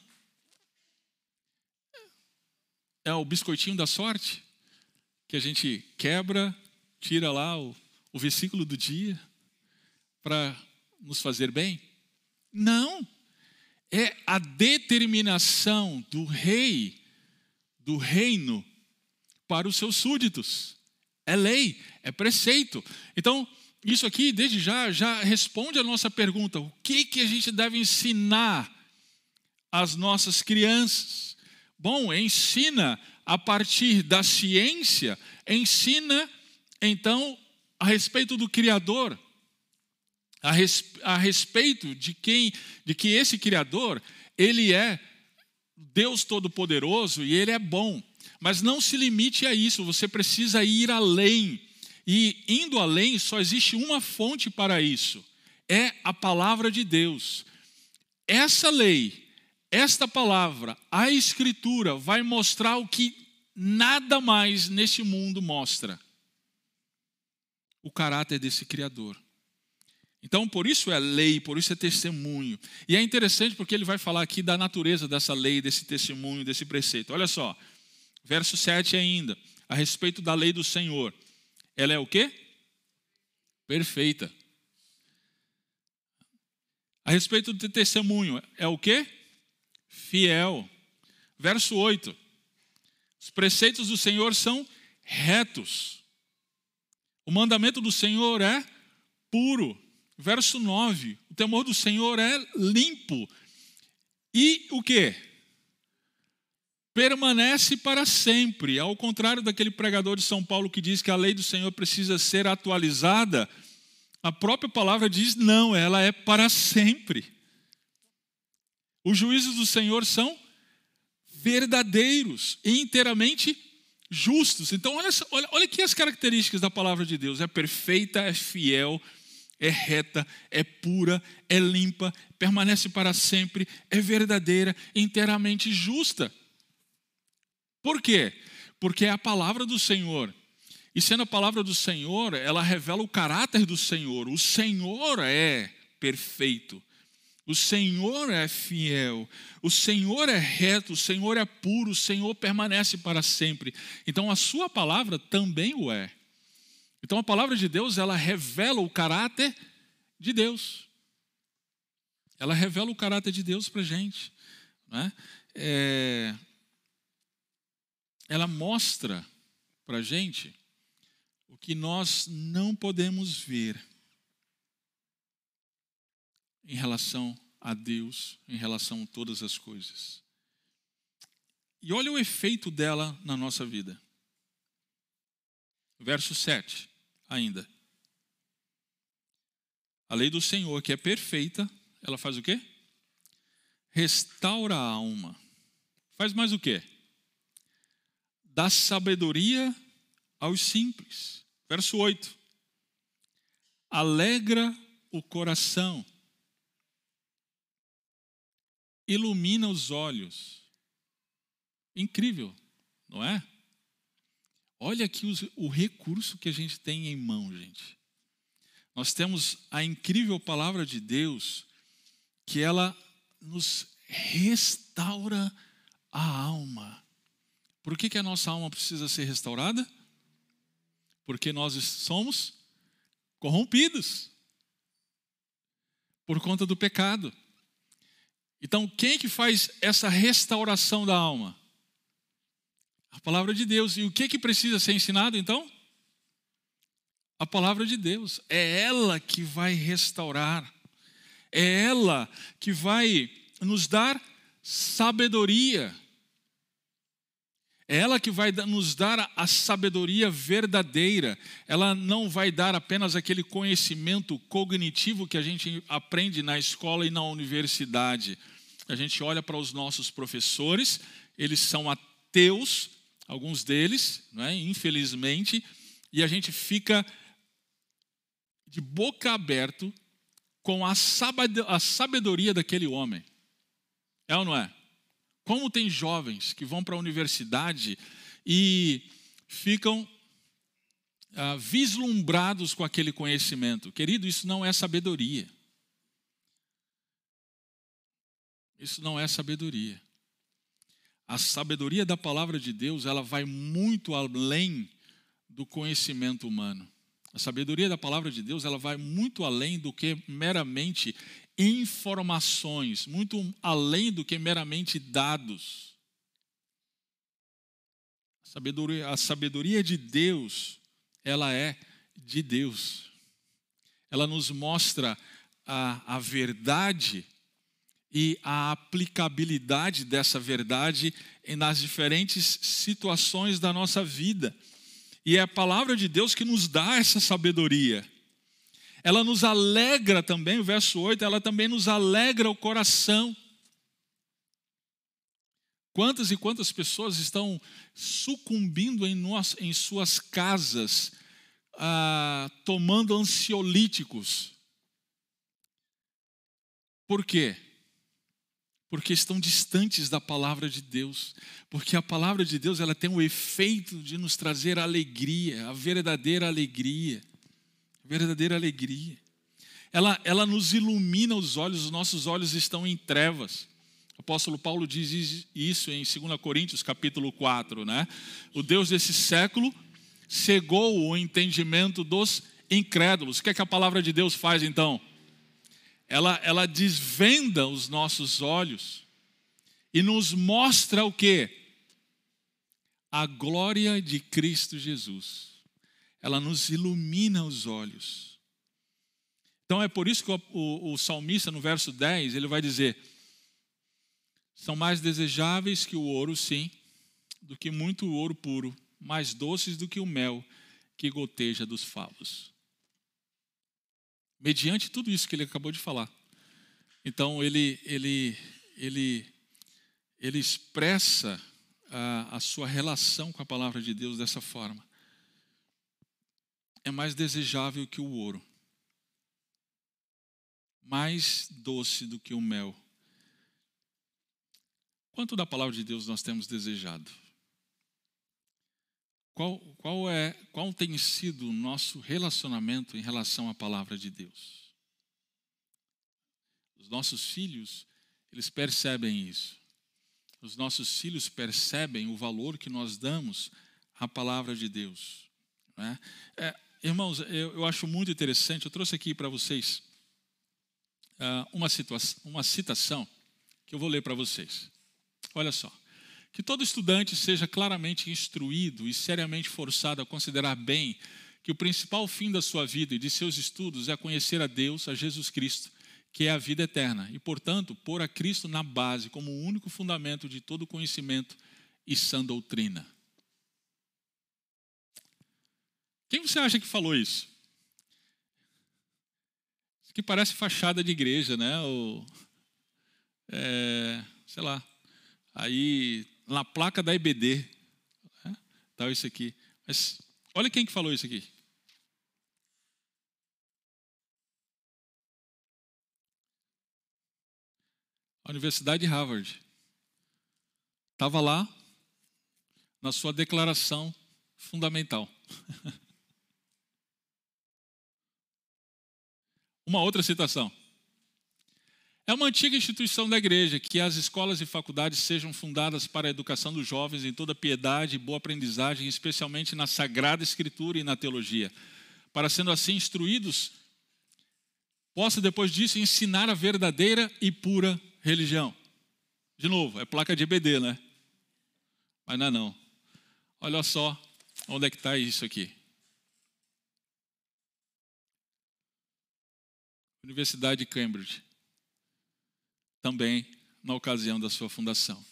É o biscoitinho da sorte? Que a gente quebra, tira lá o, o versículo do dia para nos fazer bem? Não. É a determinação do rei, do reino, para os seus súditos. É lei, é preceito. Então, isso aqui, desde já, já responde a nossa pergunta. O que, que a gente deve ensinar às nossas crianças? Bom, ensina a partir da ciência, ensina, então, a respeito do Criador. A, res, a respeito de quem, de que esse Criador, ele é Deus Todo-Poderoso e ele é bom. Mas não se limite a isso, você precisa ir além. E indo além, só existe uma fonte para isso. É a palavra de Deus. Essa lei, esta palavra, a Escritura, vai mostrar o que nada mais neste mundo mostra. O caráter desse Criador. Então, por isso é lei, por isso é testemunho. E é interessante porque ele vai falar aqui da natureza dessa lei, desse testemunho, desse preceito. Olha só, verso sete ainda, a respeito da lei do Senhor. Ela é o quê? Perfeita. A respeito do testemunho, é o quê? Fiel. Verso oito, os preceitos do Senhor são retos. O mandamento do Senhor é puro. Verso nove, o temor do Senhor é limpo. E o quê? Permanece para sempre. Ao contrário daquele pregador de São Paulo que diz que a lei do Senhor precisa ser atualizada, a própria palavra diz não, ela é para sempre. Os juízos do Senhor são verdadeiros e inteiramente justos. Então, olha, olha, olha aqui as características da palavra de Deus. É perfeita, é fiel, é reta, é pura, é limpa, permanece para sempre, é verdadeira, inteiramente justa. Por quê? Porque é a palavra do Senhor. E sendo a palavra do Senhor, ela revela o caráter do Senhor. O Senhor é perfeito. O Senhor é fiel, o Senhor é reto, o Senhor é puro, o Senhor permanece para sempre. Então a sua palavra também o é. Então a palavra de Deus, ela revela o caráter de Deus. Ela revela o caráter de Deus para a gente, né? É... Ela mostra para a gente o que nós não podemos ver em relação a Deus, em relação a todas as coisas. E olha o efeito dela na nossa vida. Verso sete, ainda. A lei do Senhor, que é perfeita, ela faz o quê? Restaura a alma. Faz mais o quê? Dá sabedoria aos simples. Verso oito. Alegra o coração. Ilumina os olhos. Incrível, não é? Olha aqui os, o recurso que a gente tem em mão, gente. Nós temos a incrível palavra de Deus, que ela nos restaura a alma. Por que que a nossa alma precisa ser restaurada? Porque nós somos corrompidos por conta do pecado. Então, quem que faz essa restauração da alma? A palavra de Deus. E o que que precisa ser ensinado, então? A palavra de Deus. É ela que vai restaurar. É ela que vai nos dar sabedoria. É ela que vai nos dar a sabedoria verdadeira. Ela não vai dar apenas aquele conhecimento cognitivo que a gente aprende na escola e na universidade. A gente olha para os nossos professores, eles são ateus, alguns deles, né, infelizmente, e a gente fica de boca aberta com a sabedoria daquele homem. É ou não é? Como tem jovens que vão para a universidade e ficam ah, vislumbrados com aquele conhecimento. Querido, isso não é sabedoria. Isso não é sabedoria. A sabedoria da palavra de Deus, ela vai muito além do conhecimento humano. A sabedoria da palavra de Deus, ela vai muito além do que meramente informações, muito além do que meramente dados. A sabedoria, a sabedoria de Deus, ela é de Deus. Ela nos mostra a, a verdade e a aplicabilidade dessa verdade nas diferentes situações da nossa vida. E é a palavra de Deus que nos dá essa sabedoria. Ela nos alegra também, o verso oito, ela também nos alegra o coração. Quantas e quantas pessoas estão sucumbindo em, nós, em suas casas, ah, tomando ansiolíticos. Por quê? Porque estão distantes da palavra de Deus. Porque a palavra de Deus, ela tem o efeito de nos trazer alegria, a verdadeira alegria. A verdadeira alegria. Ela, ela nos ilumina os olhos, os nossos olhos estão em trevas. O apóstolo Paulo diz isso em dois Coríntios, capítulo quatro, né? O Deus desse século cegou o entendimento dos incrédulos. O que é que a palavra de Deus faz, então? Ela, ela desvenda os nossos olhos e nos mostra o quê? A glória de Cristo Jesus. Ela nos ilumina os olhos. Então é por isso que o, o, o salmista, no verso dez, ele vai dizer: são mais desejáveis que o ouro, sim, do que muito ouro puro, mais doces do que o mel que goteja dos favos. Mediante tudo isso que ele acabou de falar. Então, ele, ele, ele, ele expressa a, a sua relação com a palavra de Deus dessa forma. É mais desejável que o ouro. Mais doce do que o mel. Quanto da palavra de Deus nós temos desejado? Qual, qual, é, qual tem sido o nosso relacionamento em relação à palavra de Deus? nossos filhos, eles percebem isso. Os nossos filhos percebem o valor que nós damos à palavra de Deus. Né? É, irmãos, eu, eu acho muito interessante, eu trouxe aqui para vocês uh, uma, situação, uma citação que eu vou ler para vocês. Olha só. Que todo estudante seja claramente instruído e seriamente forçado a considerar bem que o principal fim da sua vida e de seus estudos é conhecer a Deus, a Jesus Cristo, que é a vida eterna, e, portanto, pôr a Cristo na base como o único fundamento de todo conhecimento e sã doutrina. Quem você acha que falou isso? Isso que parece fachada de igreja, né? Ou, é, sei lá, aí na placa da I B D, né? Tá isso aqui. Mas olha quem que falou isso aqui. A Universidade de Harvard. Estava lá na sua declaração fundamental. Uma outra citação. É uma antiga instituição da igreja que as escolas e faculdades sejam fundadas para a educação dos jovens em toda piedade e boa aprendizagem, especialmente na Sagrada Escritura e na teologia, para, sendo assim instruídos, possa depois disso ensinar a verdadeira e pura religião. De novo, é placa de E B D, né? Mas não é não. Olha só onde é que está isso aqui. Universidade de Cambridge. Também na ocasião da sua fundação.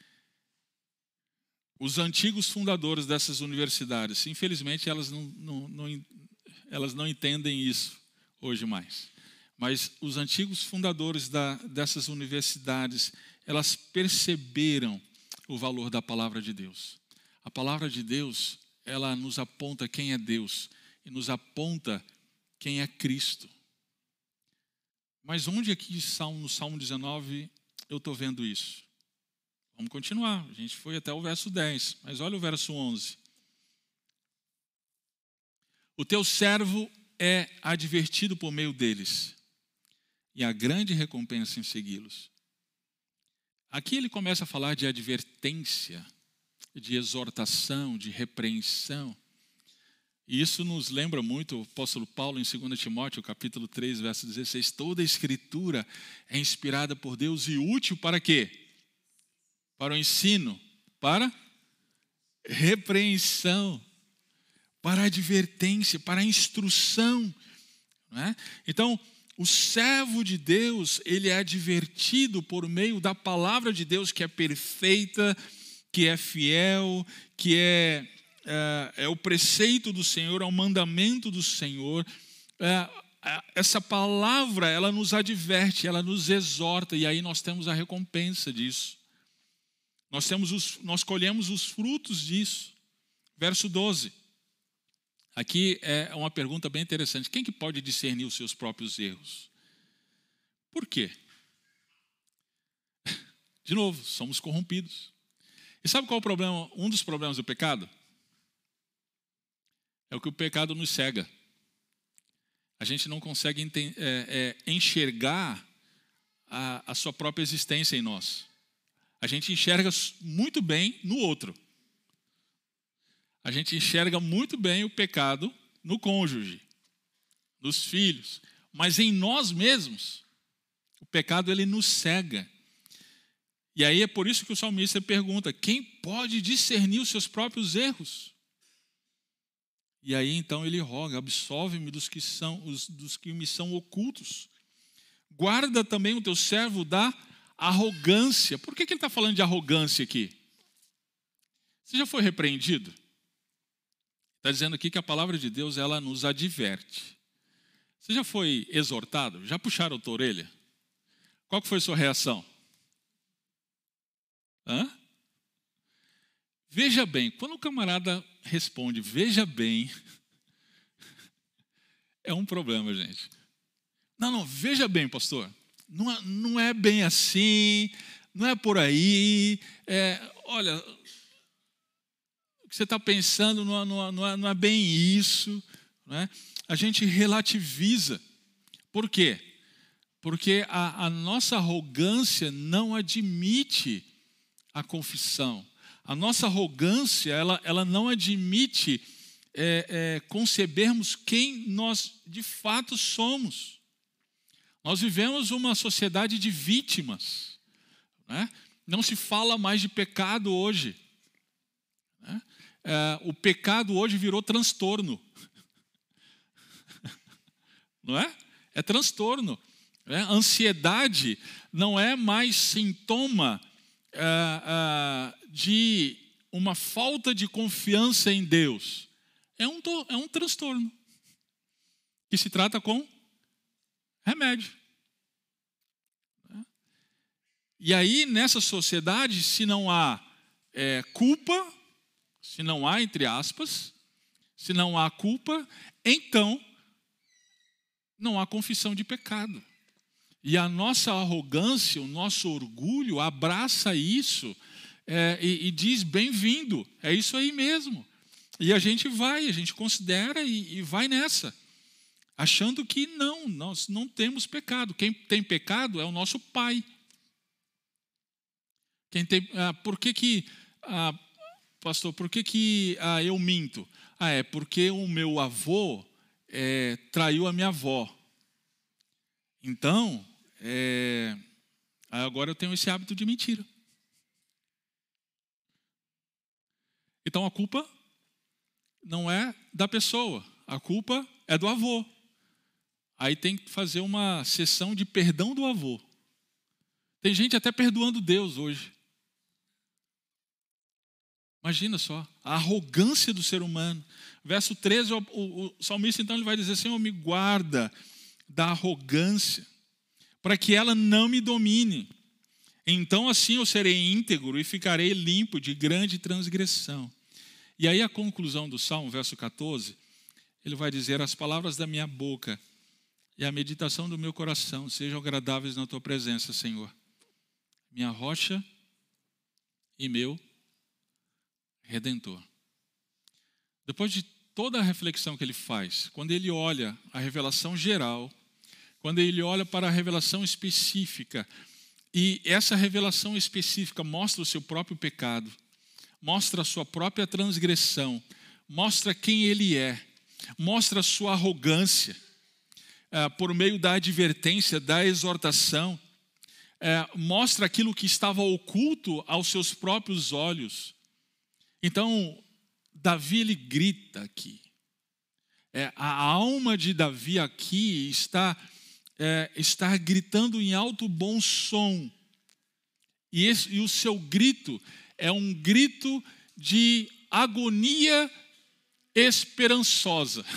Os antigos fundadores dessas universidades, infelizmente elas não, não, não, elas não entendem isso hoje mais. Mas os antigos fundadores da, dessas universidades, elas perceberam o valor da palavra de Deus. A palavra de Deus, ela nos aponta quem é Deus e nos aponta quem é Cristo. Mas onde aqui no Salmo dezenove eu estou vendo isso? Vamos continuar, a gente foi até o verso dez, mas olha o verso onze. O teu servo é advertido por meio deles, e a grande recompensa em segui-los. Aqui ele começa a falar de advertência, de exortação, de repreensão. E isso nos lembra muito o apóstolo Paulo em dois Timóteo, capítulo três, verso dezesseis. Toda a escritura é inspirada por Deus e útil para quê? Para o ensino, para repreensão, para advertência, para instrução. Não é? Então, o servo de Deus, ele é advertido por meio da palavra de Deus, que é perfeita, que é fiel, que é, é, é o preceito do Senhor, é o mandamento do Senhor. É, essa palavra, ela nos adverte, ela nos exorta, e aí nós temos a recompensa disso. Nós, temos os, nós colhemos os frutos disso. Verso doze. Aqui é uma pergunta bem interessante. Quem que pode discernir os seus próprios erros? Por quê? De novo, somos corrompidos. E sabe qual é o problema? Um dos problemas do pecado? É o que o pecado nos cega. A gente não consegue enten- é, é, enxergar a, a sua própria existência em nós. A gente enxerga muito bem no outro. A gente enxerga muito bem o pecado no cônjuge, nos filhos. Mas em nós mesmos, o pecado ele nos cega. E aí é por isso que o salmista pergunta, quem pode discernir os seus próprios erros? E aí então ele roga, absolve-me dos que, são, os, dos que me são ocultos. Guarda também o teu servo da arrogância. Por que, que ele está falando de arrogância aqui? Você já foi repreendido? Está dizendo aqui que a palavra de Deus, ela nos adverte. Você já foi exortado? Já puxaram a tua orelha? Qual que foi a sua reação? Hã? Veja bem, quando o camarada responde, veja bem, é um problema, gente. Não, não, veja bem, pastor. Não é, não é bem assim, não é por aí. É, olha, o que você está pensando não é, não, é, não é bem isso. Não é? A gente relativiza. Por quê? Porque a, a nossa arrogância não admite a confissão. A nossa arrogância, ela, ela não admite é, é, concebermos quem nós de fato somos. Nós vivemos uma sociedade de vítimas, né? Não se fala mais de pecado hoje, né? É, o pecado hoje virou transtorno. Não é? É transtorno. É? Ansiedade não é mais sintoma é, é, de uma falta de confiança em Deus. É um, é um transtorno que se trata com remédio. E aí, nessa sociedade, se não há é, culpa, se não há, entre aspas, se não há culpa, então não há confissão de pecado. E a nossa arrogância, o nosso orgulho abraça isso é, e, e diz bem-vindo, é isso aí mesmo. E a gente vai, a gente considera e, e vai nessa, achando que não, nós não temos pecado. Quem tem pecado é o nosso pai. Quem tem, ah, por que que, ah, pastor, por que que ah, eu minto? Ah, é porque o meu avô é, traiu a minha avó. Então, é, agora eu tenho esse hábito de mentira. Então a culpa não é da pessoa, a culpa é do avô. Aí tem que fazer uma sessão de perdão do avô. Tem gente até perdoando Deus hoje. Imagina só, a arrogância do ser humano. Verso treze, o, o, o salmista então ele vai dizer: Senhor, me guarda da arrogância, para que ela não me domine. Então assim eu serei íntegro e ficarei limpo de grande transgressão. E aí a conclusão do Salmo, verso quatorze, ele vai dizer: as palavras da minha boca e a meditação do meu coração sejam agradáveis na tua presença, Senhor, minha rocha e meu Redentor. Depois de toda a reflexão que ele faz, quando ele olha a revelação geral, quando ele olha para a revelação específica, e essa revelação específica mostra o seu próprio pecado, mostra a sua própria transgressão, mostra quem ele é, mostra a sua arrogância, é, por meio da advertência, da exortação, é, mostra aquilo que estava oculto aos seus próprios olhos. Então, Davi ele grita aqui. É, a alma de Davi aqui está, é, está gritando em alto bom som. E, esse, e o seu grito é um grito de agonia esperançosa.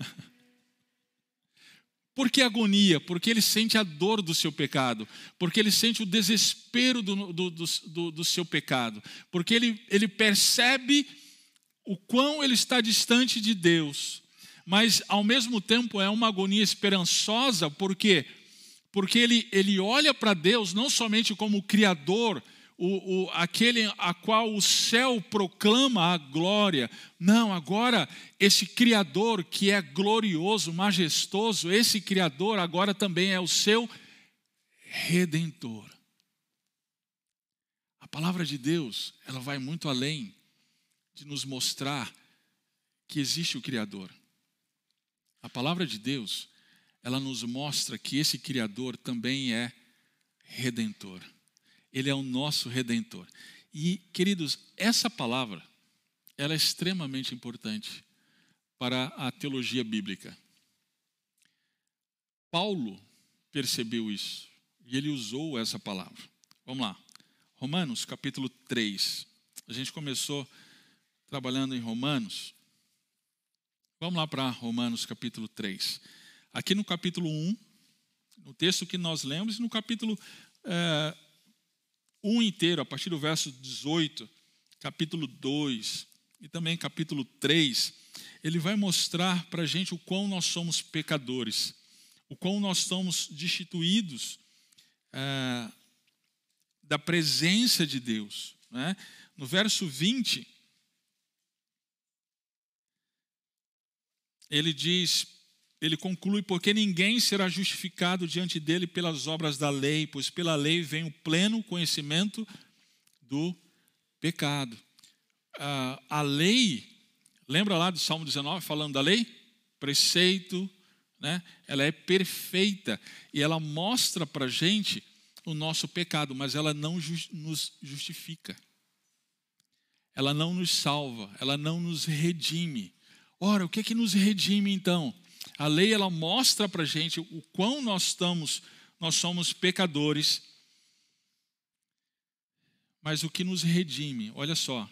Por que agonia? Porque ele sente a dor do seu pecado, porque ele sente o desespero do, do, do, do seu pecado, porque ele, ele percebe o quão ele está distante de Deus, mas ao mesmo tempo é uma agonia esperançosa, porque, porque ele, ele olha para Deus não somente como o Criador, O, o, aquele a qual o céu proclama a glória. Não, agora esse Criador que é glorioso, majestoso, esse Criador agora também é o seu Redentor. A palavra de Deus, ela vai muito além de nos mostrar que existe o Criador. A palavra de Deus, ela nos mostra que esse Criador também é Redentor. Ele é o nosso Redentor. E, queridos, essa palavra, ela é extremamente importante para a teologia bíblica. Paulo percebeu isso e ele usou essa palavra. Vamos lá. Romanos, capítulo três. A gente começou trabalhando em Romanos. Vamos lá para Romanos, capítulo três. Aqui no capítulo um, no texto que nós lemos, e no capítulo É, um inteiro, a partir do verso dezoito, capítulo dois e também capítulo três, ele vai mostrar para a gente o quão nós somos pecadores, o quão nós somos destituídos é, da presença de Deus, né? No verso vinte, ele diz, ele conclui, porque ninguém será justificado diante dele pelas obras da lei, pois pela lei vem o pleno conhecimento do pecado. Ah, a lei, lembra lá do Salmo dezenove, falando da lei? Preceito, né? Ela é perfeita e ela mostra para a gente o nosso pecado, mas ela não just, nos justifica. Ela não nos salva, ela não nos redime. Ora, o que é que nos redime então? A lei, ela mostra para a gente o quão nós estamos, nós somos pecadores, mas o que nos redime, olha só.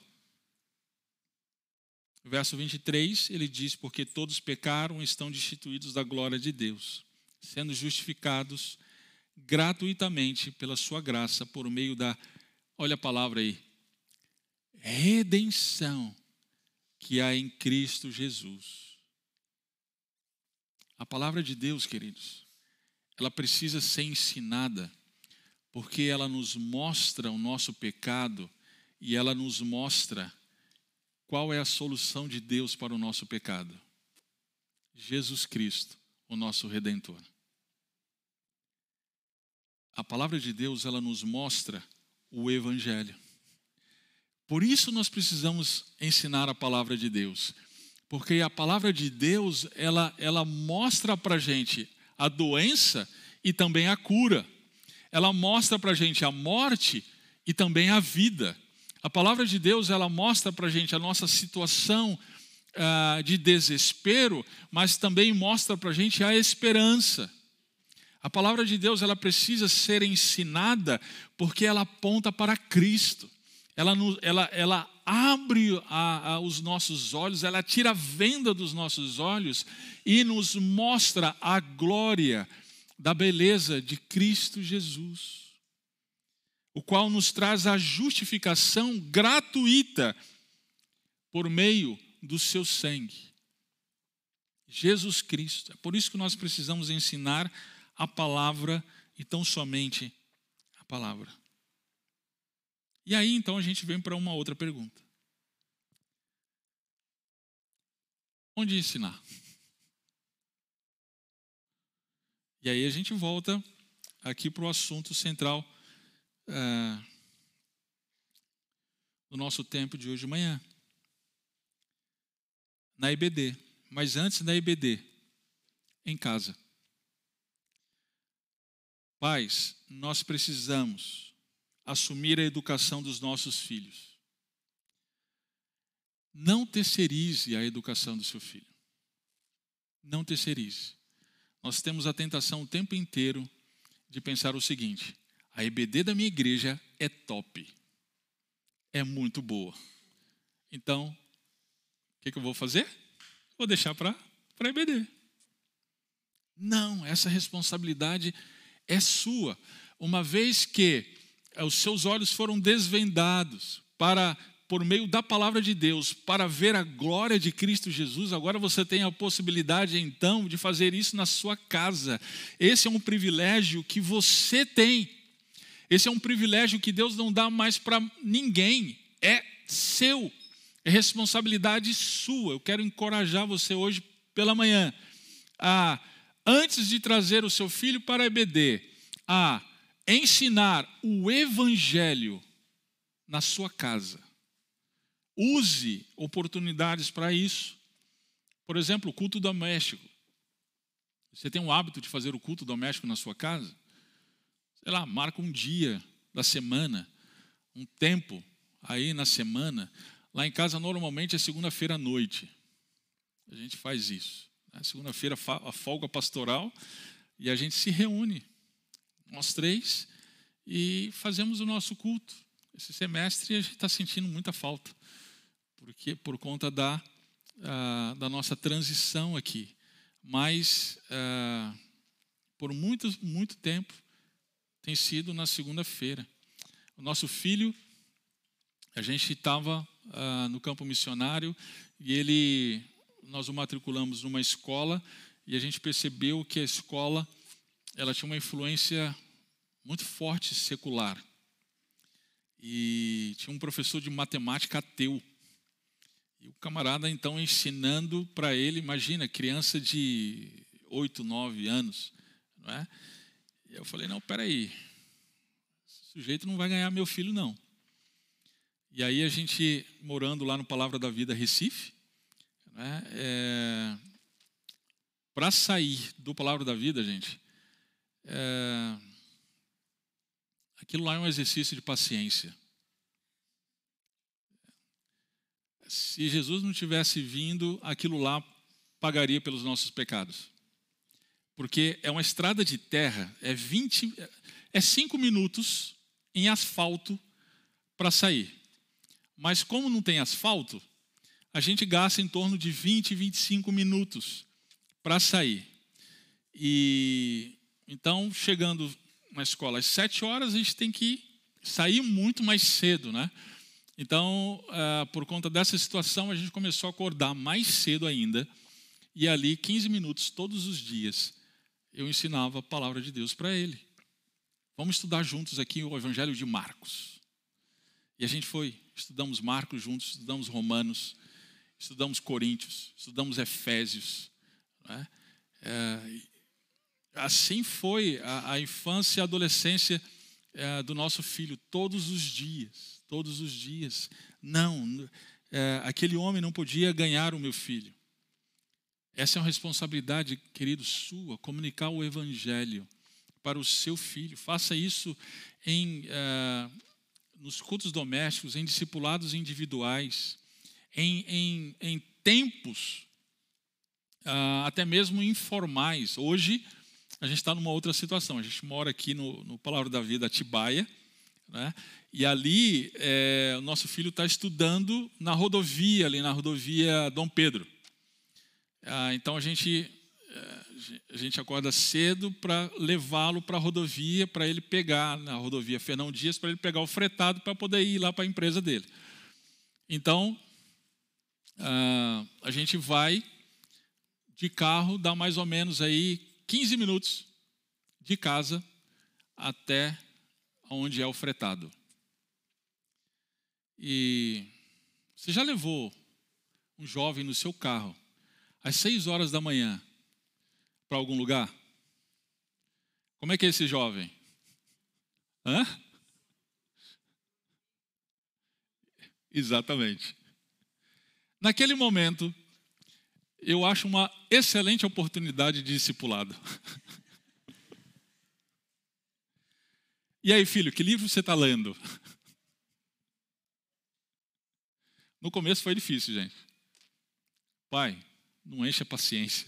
Verso vinte e três, ele diz, porque todos pecaram e estão destituídos da glória de Deus, sendo justificados gratuitamente pela sua graça, por meio da, olha a palavra aí, redenção que há em Cristo Jesus. A palavra de Deus, queridos, ela precisa ser ensinada, porque ela nos mostra o nosso pecado e ela nos mostra qual é a solução de Deus para o nosso pecado. Jesus Cristo, o nosso Redentor. A palavra de Deus, ela nos mostra o Evangelho. Por isso nós precisamos ensinar a palavra de Deus. Porque a palavra de Deus, ela, ela mostra para a gente a doença e também a cura. Ela mostra para a gente a morte e também a vida. A palavra de Deus, ela mostra para a gente a nossa situação ah, de desespero, mas também mostra para a gente a esperança. A palavra de Deus, ela precisa ser ensinada porque ela aponta para Cristo. Ela, ela, ela abre a, a, os nossos olhos, ela tira a venda dos nossos olhos e nos mostra a glória da beleza de Cristo Jesus, o qual nos traz a justificação gratuita por meio do seu sangue. Jesus Cristo. É por isso que nós precisamos ensinar a palavra e tão somente a palavra. E aí, então, a gente vem para uma outra pergunta. Onde ensinar? E aí a gente volta aqui para o assunto central é, do nosso tempo de hoje de manhã. Na I B D. Mas antes da I B D, em casa. Pais, nós precisamos assumir a educação dos nossos filhos. Não terceirize a educação do seu filho. Não terceirize. Nós temos a tentação o tempo inteiro de pensar o seguinte: a I B D da minha igreja é top. É muito boa. Então, o que, que eu vou fazer? Vou deixar para a I B D. Não, essa responsabilidade é sua. Uma vez que os seus olhos foram desvendados para, por meio da palavra de Deus, para ver a glória de Cristo Jesus, agora você tem a possibilidade, então, de fazer isso na sua casa. Esse é um privilégio que você tem. Esse é um privilégio que Deus não dá mais para ninguém. É seu. É responsabilidade sua. Eu quero encorajar você hoje pela manhã a, antes de trazer o seu filho para a I B D, a ensinar o Evangelho na sua casa. Use oportunidades para isso. Por exemplo, o culto doméstico. Você tem o hábito de fazer o culto doméstico na sua casa? Sei lá, marca um dia da semana, um tempo aí na semana. Lá em casa, normalmente, é segunda-feira à noite. A gente faz isso. Segunda-feira, a folga pastoral, e a gente se reúne, nós três, e fazemos o nosso culto. Esse semestre a gente está sentindo muita falta, porque, por conta da, uh, da nossa transição aqui. Mas, uh, por muito, muito tempo, tem sido na segunda-feira. O nosso filho, a gente estava uh, no campo missionário, e ele, nós o matriculamos numa escola, e a gente percebeu que a escola ela tinha uma influência muito forte secular. E tinha um professor de matemática ateu. E o camarada, então, ensinando para ele, imagina, criança de oito, nove anos. Não é? E eu falei, não, peraí, esse sujeito não vai ganhar meu filho, não. E aí a gente, morando lá no Palavra da Vida, Recife, né, é, para sair do Palavra da Vida, gente, é, aquilo lá é um exercício de paciência. Se Jesus não tivesse vindo, aquilo lá pagaria pelos nossos pecados. Porque é uma estrada de terra, é vinte, é cinco minutos em asfalto para sair. Mas como não tem asfalto, a gente gasta em torno de vinte, vinte e cinco minutos para sair. E então, chegando na escola às sete horas, a gente tem que sair muito mais cedo, né? Então, uh, por conta dessa situação, a gente começou a acordar mais cedo ainda. E ali, quinze minutos, todos os dias, eu ensinava a palavra de Deus para ele. Vamos estudar juntos aqui o Evangelho de Marcos. E a gente foi, estudamos Marcos juntos, estudamos Romanos, estudamos Coríntios, estudamos Efésios. Né? É, assim foi a, a infância e a adolescência é, do nosso filho, todos os dias. Todos os dias. Não, é, aquele homem não podia ganhar o meu filho. Essa é uma responsabilidade, querido, sua, comunicar o Evangelho para o seu filho. Faça isso em, é, nos cultos domésticos, em discipulados individuais, em, em, em tempos uh, até mesmo informais. Hoje, a gente está numa outra situação. A gente mora aqui no, no Palavra da Vida, Atibaia, né? E ali, é, o nosso filho está estudando na rodovia, ali na rodovia Dom Pedro. Ah, então, a gente, a gente acorda cedo para levá-lo para a rodovia, para ele pegar, na rodovia Fernão Dias, para ele pegar o fretado para poder ir lá para a empresa dele. Então, ah, a gente vai de carro, dá mais ou menos aí quinze minutos de casa até onde é o fretado. E você já levou um jovem no seu carro às seis horas da manhã para algum lugar? Como é que é esse jovem? Hã? Exatamente. Naquele momento, eu acho uma excelente oportunidade de discipulado. E aí, filho, que livro você está lendo? No começo foi difícil, gente. Pai, não enche a paciência.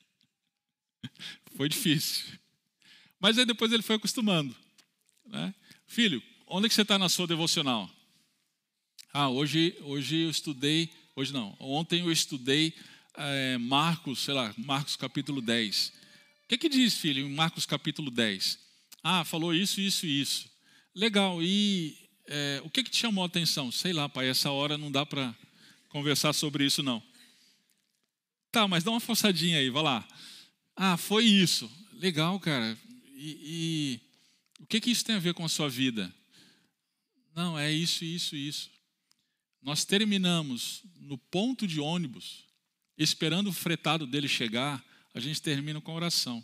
Foi difícil. Mas aí depois ele foi acostumando. Né? Filho, onde é que você está na sua devocional? Ah, hoje, hoje eu estudei, hoje não, ontem eu estudei é, Marcos, sei lá, Marcos capítulo dez. O que que diz, filho, em Marcos capítulo dez? Ah, falou isso, isso e isso. Legal, e é, o que que te chamou a atenção? Sei lá, pai, essa hora não dá para conversar sobre isso, não. Tá, mas dá uma forçadinha aí, vai lá. Ah, foi isso. Legal, cara. E, e o que que isso tem a ver com a sua vida? Não, é isso, isso, isso. Nós terminamos no ponto de ônibus, esperando o fretado dele chegar, a gente termina com a oração.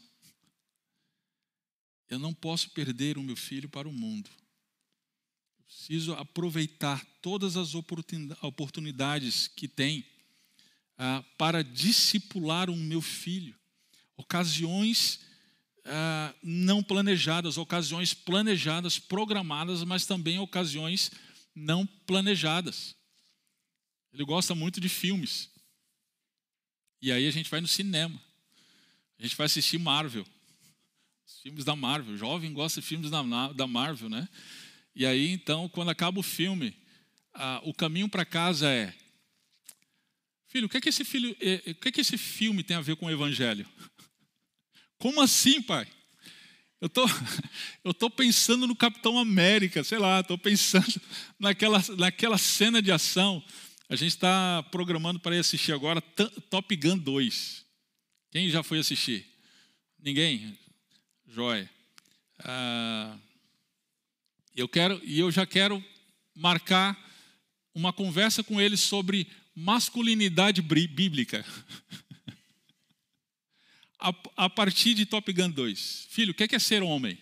Eu não posso perder o meu filho para o mundo. Eu preciso aproveitar todas as oportunidades que tem ah, para discipular o meu filho. Ocasiões ah, não planejadas, ocasiões planejadas, programadas, mas também ocasiões não planejadas. Ele gosta muito de filmes. E aí a gente vai no cinema. A gente vai assistir Marvel. Os filmes da Marvel. O jovem gosta de filmes da, da Marvel, né? E aí, então, quando acaba o filme, ah, o caminho para casa é: filho, o que é que esse filho, o que é que esse filme tem a ver com o Evangelho? Como assim, pai? Eu tô, eu tô pensando no Capitão América, sei lá, estou pensando naquela, naquela cena de ação. A gente está programando para ir assistir agora Top Gun dois. Quem já foi assistir? Ninguém? Joia. Ah, eu quero, e eu já quero marcar uma conversa com eles sobre masculinidade bíblica. a, a partir de Top Gun dois. Filho, o que é ser homem?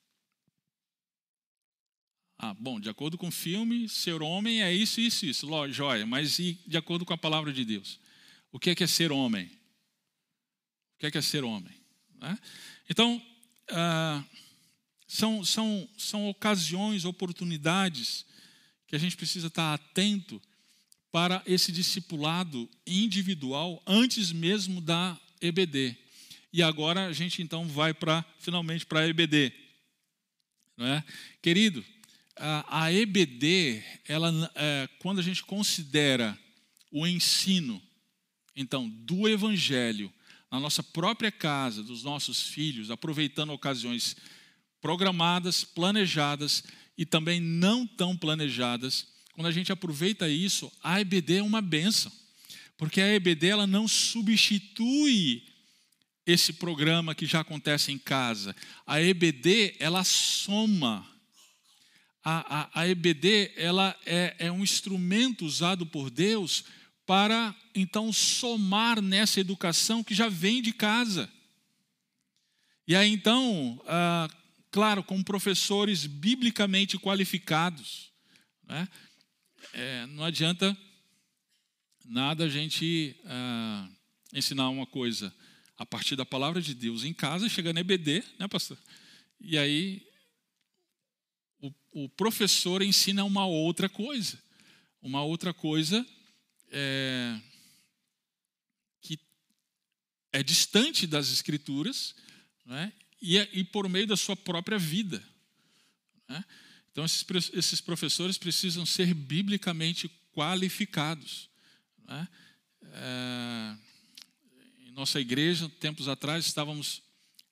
Ah, bom, de acordo com o filme, ser homem é isso, isso, isso. Lógico, joia, mas e de acordo com a palavra de Deus? O que é ser homem? O que é ser homem? Né? Então, ah, são, são, são ocasiões, oportunidades que a gente precisa estar atento para esse discipulado individual antes mesmo da E B D. E agora a gente então vai para finalmente para a E B D. Não é? Querido, a, a E B D, ela, é, quando a gente considera o ensino então do Evangelho na nossa própria casa, dos nossos filhos, aproveitando ocasiões programadas, planejadas e também não tão planejadas, quando a gente aproveita isso, a E B D é uma bênção, porque a E B D ela não substitui esse programa que já acontece em casa. A E B D ela soma. A, a, a E B D ela é, é um instrumento usado por Deus para então somar nessa educação que já vem de casa. E aí então, ah, claro, com professores biblicamente qualificados, né? É, não adianta nada a gente ah, ensinar uma coisa a partir da palavra de Deus em casa, chega na E B D, né, pastor? E aí o, o professor ensina uma outra coisa, uma outra coisa é, que é distante das Escrituras, né? e, e por meio da sua própria vida, né? Então, esses, esses professores precisam ser biblicamente qualificados, né? É, em nossa igreja, tempos atrás, estávamos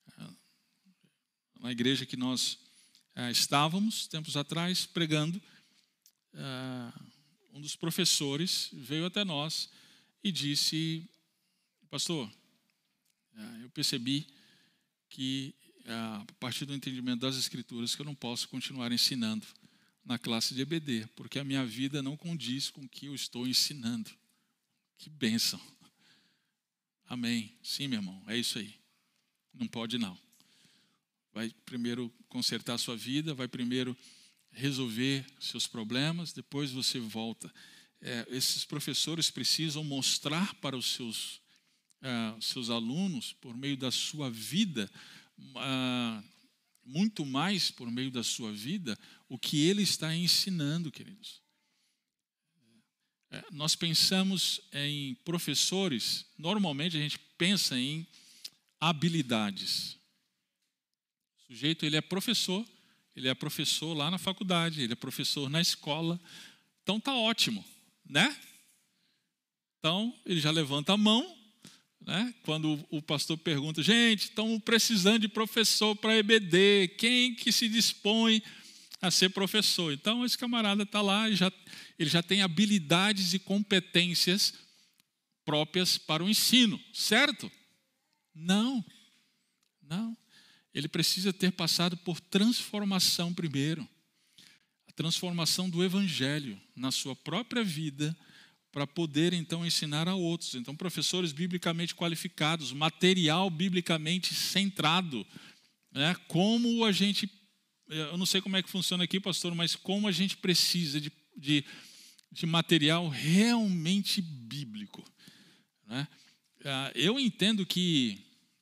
na igreja que nós é, estávamos, tempos atrás, pregando. É, um dos professores veio até nós e disse: pastor, é, eu percebi que a partir do entendimento das Escrituras, que eu não posso continuar ensinando na classe de E B D, porque a minha vida não condiz com o que eu estou ensinando. Que bênção. Amém. Sim, meu irmão, é isso aí. Não pode não. Vai primeiro consertar a sua vida, vai primeiro resolver seus problemas, depois você volta. É, esses professores precisam mostrar para os seus, uh, seus alunos, por meio da sua vida, Uh, muito mais por meio da sua vida, o que ele está ensinando, queridos. É, nós pensamos em professores, normalmente a gente pensa em habilidades. O sujeito ele é professor, ele é professor lá na faculdade, ele é professor na escola, então tá ótimo, né? Então ele já levanta a mão, né? Quando o pastor pergunta: gente, estamos precisando de professor para E B D, quem que se dispõe a ser professor? Então esse camarada está lá, já, ele já tem habilidades e competências próprias para o ensino, certo? Não, não. Ele precisa ter passado por transformação primeiro, a transformação do Evangelho na sua própria vida, para poder, então, ensinar a outros. Então, professores biblicamente qualificados, material biblicamente centrado, né? Como a gente, eu não sei como é que funciona aqui, pastor, mas como a gente precisa de, de, de material realmente bíblico, né? Eu entendo que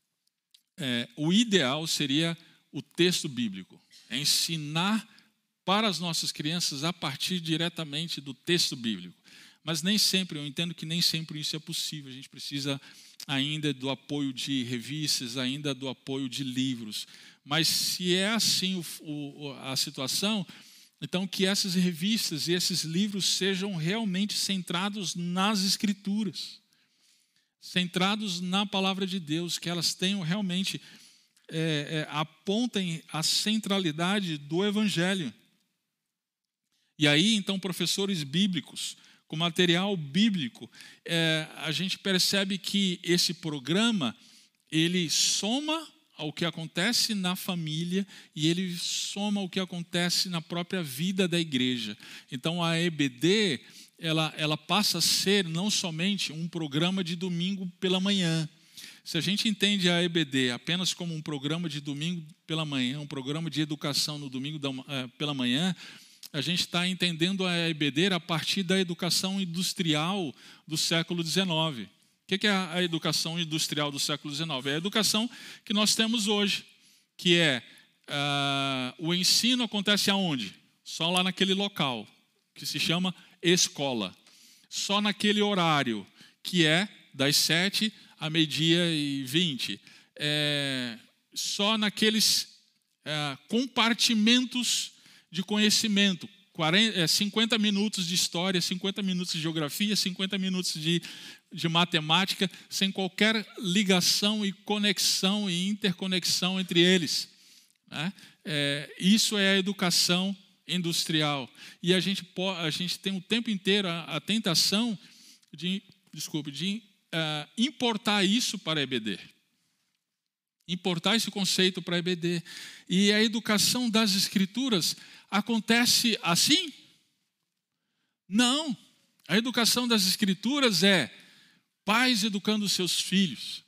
é, o ideal seria o texto bíblico, é ensinar para as nossas crianças a partir diretamente do texto bíblico. Mas nem sempre, eu entendo que nem sempre isso é possível. A gente precisa ainda do apoio de revistas, ainda do apoio de livros. Mas se é assim o, o, a situação, então que essas revistas e esses livros sejam realmente centrados nas Escrituras, centrados na palavra de Deus, que elas tenham realmente, é, é, apontem a centralidade do Evangelho. E aí, então, professores bíblicos, com material bíblico, é, a gente percebe que esse programa, ele soma ao que acontece na família e ele soma ao que acontece na própria vida da igreja. Então, a E B D, ela, ela passa a ser não somente um programa de domingo pela manhã. Se a gente entende a E B D apenas como um programa de domingo pela manhã, um programa de educação no domingo da, uh, pela manhã, a gente está entendendo a E B D a partir da educação industrial do século dezenove. O que é a educação industrial do século dezenove? É a educação que nós temos hoje, que é uh, o ensino acontece aonde? Só lá naquele local, que se chama escola. Só naquele horário, que é das sete a meio-dia e vinte. É, só naqueles é, compartimentos de conhecimento. quarenta, é, cinquenta minutos de história, cinquenta minutos de geografia, cinquenta minutos de, de matemática, sem qualquer ligação e conexão e interconexão entre eles. Né? É, isso é a educação industrial. E a gente, pode, a gente tem o tempo inteiro a, a tentação de, desculpe, de uh, importar isso para a E B D. Importar esse conceito para a E B D. E a educação das Escrituras acontece assim? Não. A educação das Escrituras é pais educando seus filhos.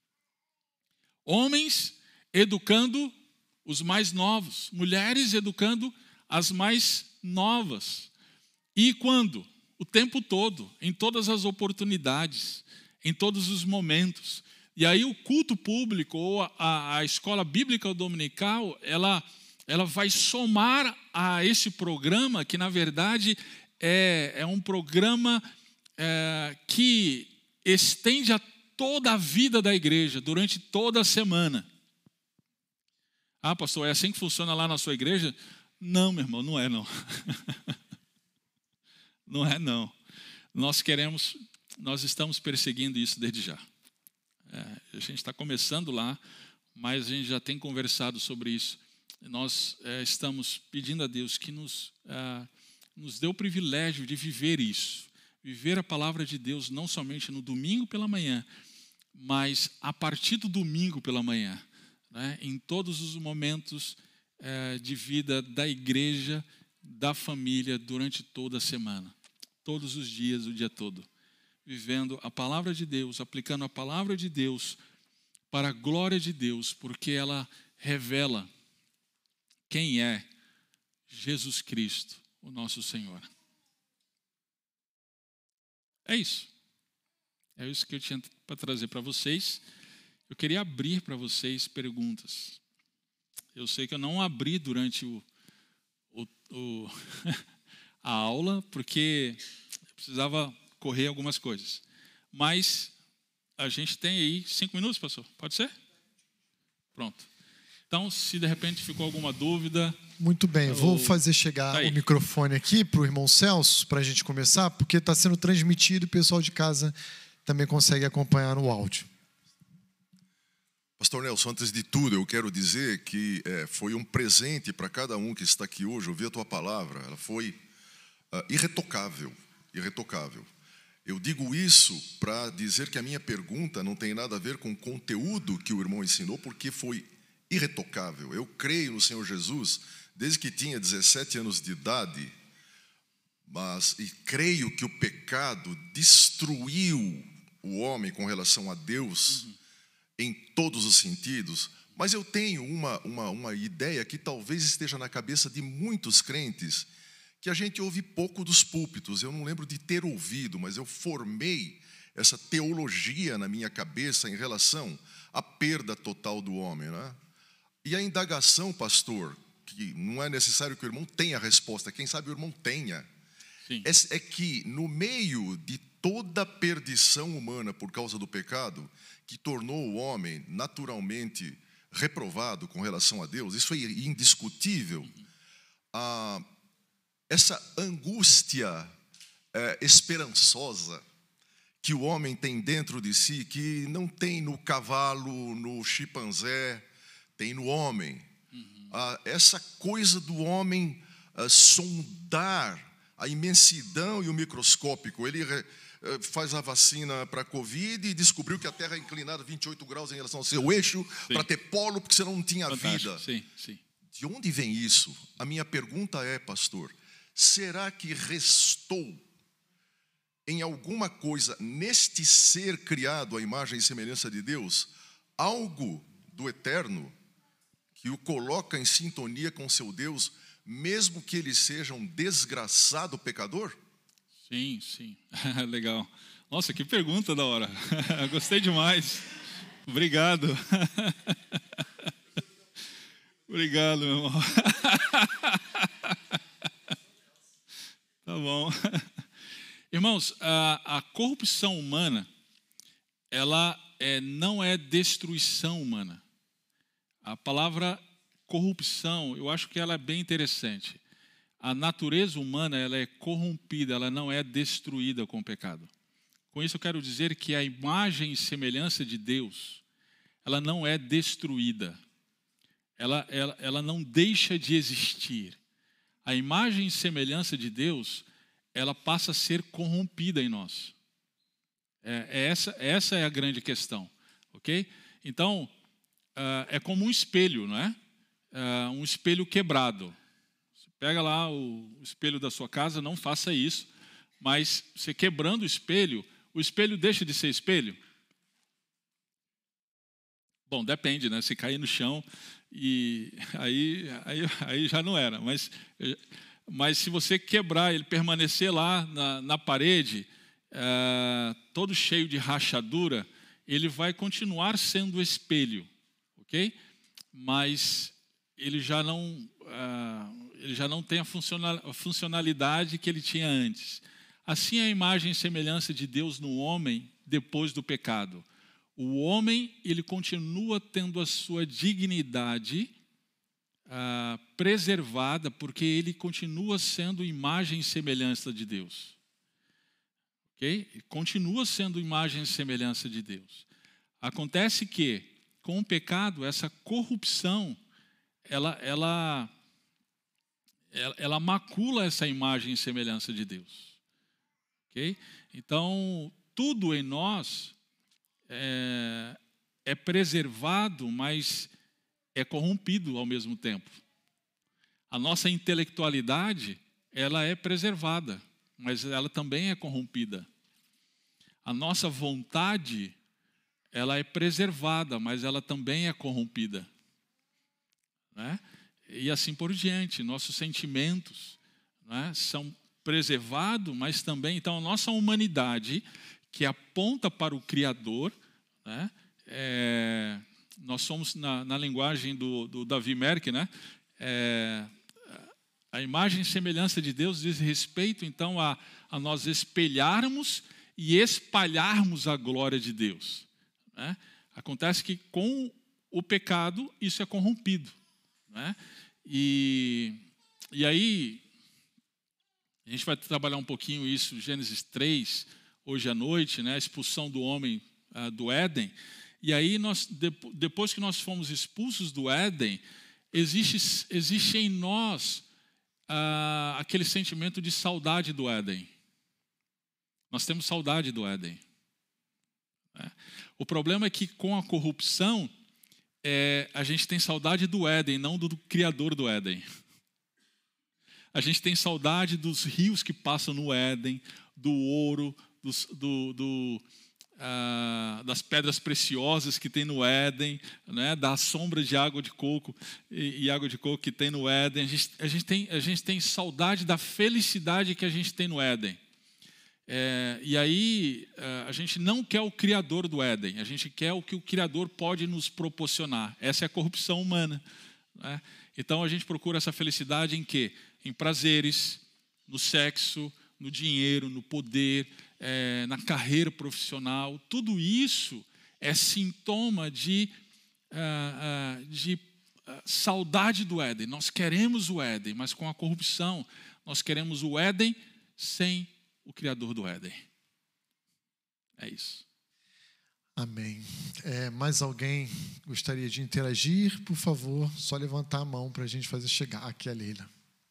Homens educando os mais novos. Mulheres educando as mais novas. E quando? O tempo todo, em todas as oportunidades, em todos os momentos. E aí o culto público ou a, a escola bíblica dominical, ela, ela vai somar a esse programa, que na verdade é, é um programa é, que estende a toda a vida da igreja, durante toda a semana. Ah, pastor, é assim que funciona lá na sua igreja? Não, meu irmão, não é não. Não é não. Nós queremos, nós estamos perseguindo isso desde já. É, a gente está começando lá, mas a gente já tem conversado sobre isso. Nós é, estamos pedindo a Deus que nos, é, nos dê o privilégio de viver isso. Viver a palavra de Deus não somente no domingo pela manhã, mas a partir do domingo pela manhã, né, em todos os momentos é, de vida da igreja, da família, durante toda a semana. Todos os dias, o dia todo. Vivendo a palavra de Deus, aplicando a palavra de Deus para a glória de Deus, porque ela revela quem é Jesus Cristo, o nosso Senhor. É isso. É isso que eu tinha para trazer para vocês. Eu queria abrir para vocês perguntas. Eu sei que eu não abri durante o, o, o a aula, porque eu precisava correr algumas coisas. Mas a gente tem aí cinco minutos, pastor? Pode ser? Pronto. Então, se de repente ficou alguma dúvida... Muito bem, eu vou fazer chegar tá o microfone aqui para o irmão Celso, para a gente começar, porque está sendo transmitido e o pessoal de casa também consegue acompanhar no áudio. Pastor Nelson, antes de tudo, eu quero dizer que é, foi um presente para cada um que está aqui hoje, ouvir a tua palavra. Ela foi uh, irretocável, irretocável. Eu digo isso para dizer que a minha pergunta não tem nada a ver com o conteúdo que o irmão ensinou, porque foi irretocável. Eu creio no Senhor Jesus desde que tinha dezessete anos de idade, mas e creio que o pecado destruiu o homem com relação a Deus, uhum, em todos os sentidos. Mas eu tenho uma, uma, uma ideia que talvez esteja na cabeça de muitos crentes, que a gente ouve pouco dos púlpitos. Eu não lembro de ter ouvido, mas eu formei essa teologia na minha cabeça em relação à perda total do homem, né? E a indagação, pastor, que não é necessário que o irmão tenha a resposta, quem sabe o irmão tenha, é, é que no meio de toda a perdição humana por causa do pecado, que tornou o homem naturalmente reprovado com relação a Deus, isso é indiscutível, ah, essa angústia é, esperançosa que o homem tem dentro de si, que não tem no cavalo, no chimpanzé, tem no homem. Uhum. Ah, essa coisa do homem ah, sondar a imensidão e o microscópico. Ele re, ah, faz a vacina para a Covid e descobriu que a Terra é inclinada vinte e oito graus em relação ao seu eixo, para ter polo, porque senão não tinha Fantástico. vida. Sim, sim. De onde vem isso? A minha pergunta é, pastor, será que restou em alguma coisa neste ser criado à imagem e semelhança de Deus, algo do eterno que o coloca em sintonia com seu Deus, mesmo que ele seja um desgraçado pecador? Sim, sim. Legal. Nossa, que pergunta da hora. Gostei demais. Obrigado. Obrigado, meu irmão. Tá bom. Irmãos, a, a corrupção humana, ela é, não é destruição humana. A palavra corrupção, eu acho que ela é bem interessante. A natureza humana, ela é corrompida, ela não é destruída com o pecado. Com isso eu quero dizer que a imagem e semelhança de Deus, ela não é destruída. Ela, ela, ela não deixa de existir. A imagem e semelhança de Deus, ela passa a ser corrompida em nós. É, é essa, essa é a grande questão, ok? Então, uh, é como um espelho, não é? Uh, um espelho quebrado. Você pega lá o, o espelho da sua casa, não faça isso, mas você quebrando o espelho, o espelho deixa de ser espelho? Bom, depende, né? Se cair no chão, e aí, aí, aí já não era. Mas, mas se você quebrar, ele permanecer lá na, na parede, é, todo cheio de rachadura, ele vai continuar sendo espelho, ok? Mas ele já não, é, ele já não tem a funcionalidade que ele tinha antes. Assim é a imagem e semelhança de Deus no homem depois do pecado. O homem, ele continua tendo a sua dignidade ah, preservada, porque ele continua sendo imagem e semelhança de Deus. Ok? Ele continua sendo imagem e semelhança de Deus. Acontece que, com o pecado, essa corrupção, ela, ela, ela, ela macula essa imagem e semelhança de Deus. Ok? Então, tudo em nós É, é preservado, mas é corrompido ao mesmo tempo. A nossa intelectualidade, ela é preservada, mas ela também é corrompida. A nossa vontade, ela é preservada, mas ela também é corrompida. Né? E assim por diante, nossos sentimentos, né, são preservados, mas também, então, a nossa humanidade, que aponta para o Criador, né? É, nós somos, na, na linguagem do, do Davi Merck, né? É, a imagem e semelhança de Deus diz respeito, então, a, a nós espelharmos e espalharmos a glória de Deus. Né? Acontece que, com o pecado, isso é corrompido. Né? E, e aí, a gente vai trabalhar um pouquinho isso, Gênesis três, hoje à noite, né, a expulsão do homem uh, do Éden. E aí, nós, depois que nós fomos expulsos do Éden, existe, existe em nós uh, aquele sentimento de saudade do Éden. Nós temos saudade do Éden. Né? O problema é que, com a corrupção, é, a gente tem saudade do Éden, não do, do Criador do Éden. A gente tem saudade dos rios que passam no Éden, do ouro, Dos, do, do, uh, das pedras preciosas que tem no Éden, né, da sombra de água de coco e, e água de coco que tem no Éden. A gente, a, gente tem, a gente tem saudade da felicidade que a gente tem no Éden. É, e aí uh, a gente não quer o Criador do Éden, a gente quer o que o Criador pode nos proporcionar. Essa é a corrupção humana. Né? Então a gente procura essa felicidade em quê? Em prazeres, no sexo, no dinheiro, no poder, é, na carreira profissional. Tudo isso é sintoma de, uh, uh, de uh, saudade do Éden. Nós queremos o Éden, mas com a corrupção, nós queremos o Éden sem o Criador do Éden. É isso. Amém. É, mais alguém gostaria de interagir? Por favor, só levantar a mão para a gente fazer chegar. Aqui a Leila.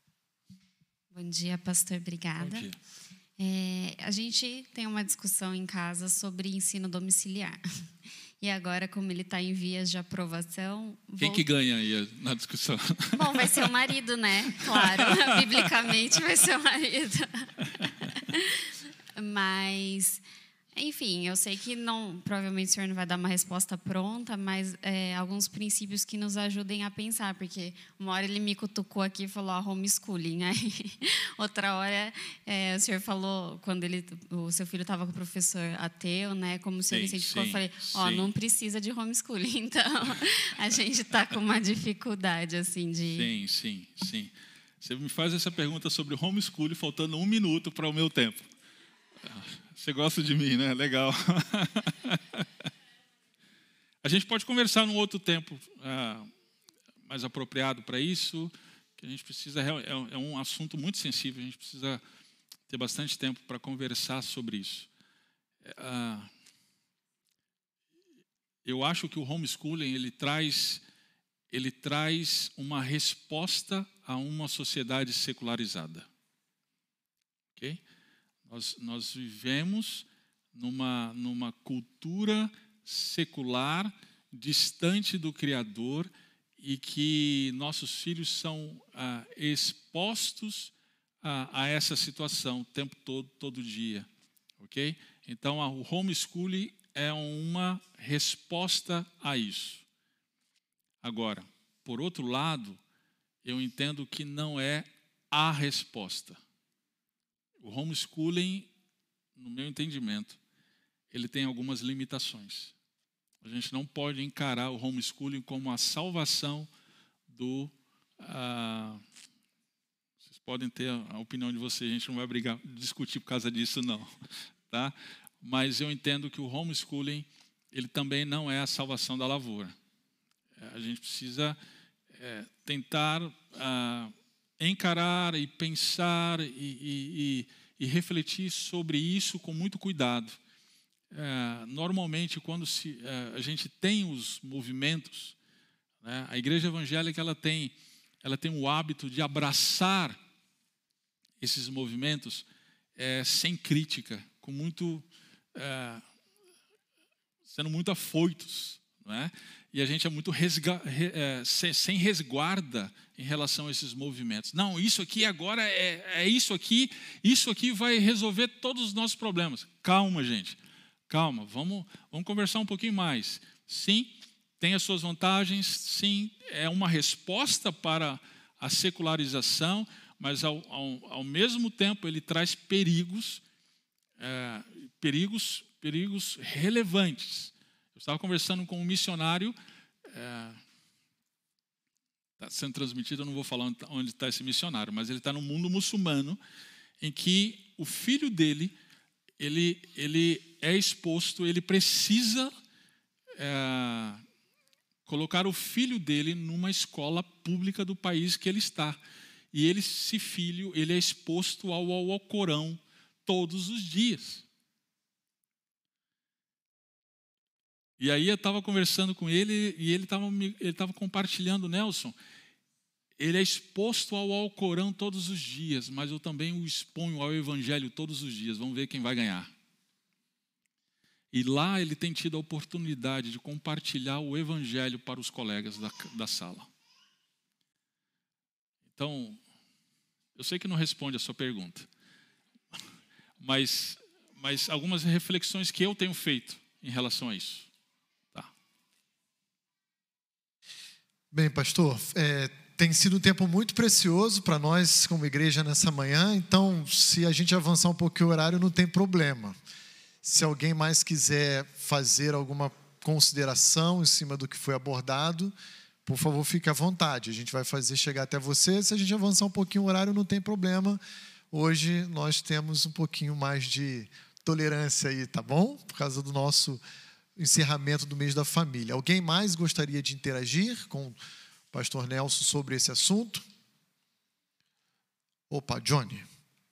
Bom dia, pastor. Obrigada. Bom dia. É, a gente tem uma discussão em casa sobre ensino domiciliar. E agora, como ele está em vias de aprovação... Quem vou... que ganha aí na discussão? Bom, vai ser o marido, né? Claro, biblicamente vai ser o marido. Mas, enfim, eu sei que não, provavelmente o senhor não vai dar uma resposta pronta, mas é, alguns princípios que nos ajudem a pensar, porque uma hora ele me cutucou aqui e falou, ó, homeschooling, aí outra hora é, o senhor falou, quando ele, o seu filho estava com o professor ateu, né, como o senhor Sim, identificou, sim, eu falei, ó, sim. não precisa de homeschooling, então a gente está com uma dificuldade, assim, de... Sim, sim, sim. Você me faz essa pergunta sobre homeschooling faltando um minuto para o meu tempo. Você gosta de mim, né? Legal. A gente pode conversar num outro tempo ah, mais apropriado para isso, que a gente precisa, é, é um assunto muito sensível, a gente precisa ter bastante tempo para conversar sobre isso. Ah, eu acho que o homeschooling, ele traz, ele traz uma resposta a uma sociedade secularizada. Ok? Nós, nós vivemos numa, numa cultura secular, distante do Criador, e que nossos filhos são ah, expostos a, a essa situação o tempo todo, todo dia. Okay? Então, o homeschooling é uma resposta a isso. Agora, por outro lado, eu entendo que não é a resposta. O homeschooling, no meu entendimento, ele tem algumas limitações. A gente não pode encarar o homeschooling como a salvação do... Ah, vocês podem ter a opinião de vocês, a gente não vai brigar, discutir por causa disso, não. Tá? Mas eu entendo que o homeschooling, ele também não é a salvação da lavoura. A gente precisa é, tentar... Ah, encarar e pensar e, e, e, e refletir sobre isso com muito cuidado. É, normalmente, quando se, é, a gente tem os movimentos, né, a igreja evangélica ela tem, ela tem o hábito de abraçar esses movimentos é, sem crítica, com muito, é, sendo muito afoitos, não é? E a gente é muito resga, é, sem resguarda em relação a esses movimentos. Não, isso aqui agora é, é isso aqui, isso aqui vai resolver todos os nossos problemas. Calma, gente, calma, vamos, vamos conversar um pouquinho mais. Sim, tem as suas vantagens, sim, é uma resposta para a secularização, mas ao, ao, ao mesmo tempo ele traz perigos, é, perigos, perigos relevantes. Eu estava conversando com um missionário, está é, sendo transmitido, eu não vou falar onde está esse missionário, mas ele está no mundo muçulmano, em que o filho dele, ele, ele é exposto, ele precisa é, colocar o filho dele numa escola pública do país que ele está. E ele, esse filho, ele é exposto ao, ao Alcorão todos os dias. E aí eu estava conversando com ele e ele estava ele estava compartilhando, Nelson, ele é exposto ao Alcorão todos os dias, mas eu também o exponho ao Evangelho todos os dias. Vamos ver quem vai ganhar. E lá ele tem tido a oportunidade de compartilhar o Evangelho para os colegas da, da sala. Então, eu sei que não responde a sua pergunta, mas, mas algumas reflexões que eu tenho feito em relação a isso. Bem, pastor, é, tem sido um tempo muito precioso para nós como igreja nessa manhã, então se a gente avançar um pouquinho o horário não tem problema. Se alguém mais quiser fazer alguma consideração em cima do que foi abordado, por favor, fique à vontade. A gente vai fazer chegar até você. Se a gente avançar um pouquinho o horário não tem problema. Hoje nós temos um pouquinho mais de tolerância aí, tá bom? Por causa do nosso encerramento do mês da família. Alguém mais gostaria de interagir com o pastor Nelson sobre esse assunto? Opa, Johnny.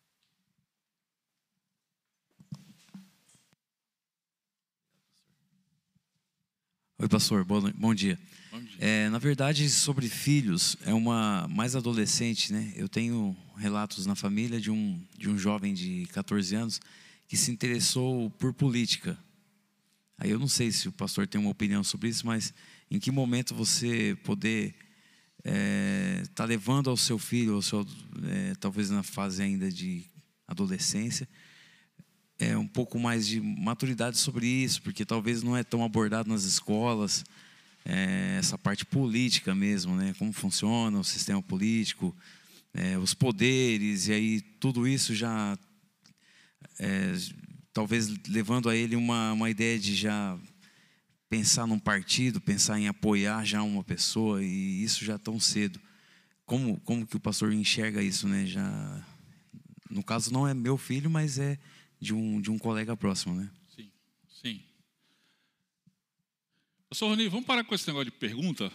Oi, pastor, bom, bom dia. Bom dia. É, na verdade, sobre filhos, é uma mais adolescente, né? Eu tenho relatos na família de um, de um jovem de catorze anos que se interessou por política. Aí eu não sei se o pastor tem uma opinião sobre isso, mas em que momento você poder é, tá levando ao seu filho, ao seu, é, talvez na fase ainda de adolescência, é, um pouco mais de maturidade sobre isso, porque talvez não é tão abordado nas escolas, é, essa parte política mesmo, né? Como funciona o sistema político, é, os poderes, e aí tudo isso já, é, talvez levando a ele uma, uma ideia de já pensar num partido, pensar em apoiar já uma pessoa, e isso já tão cedo. Como, como que o pastor enxerga isso, né? Já, no caso, não é meu filho, mas é de um, de um colega próximo, né? Sim, sim. Pastor Rony, vamos parar com esse negócio de pergunta?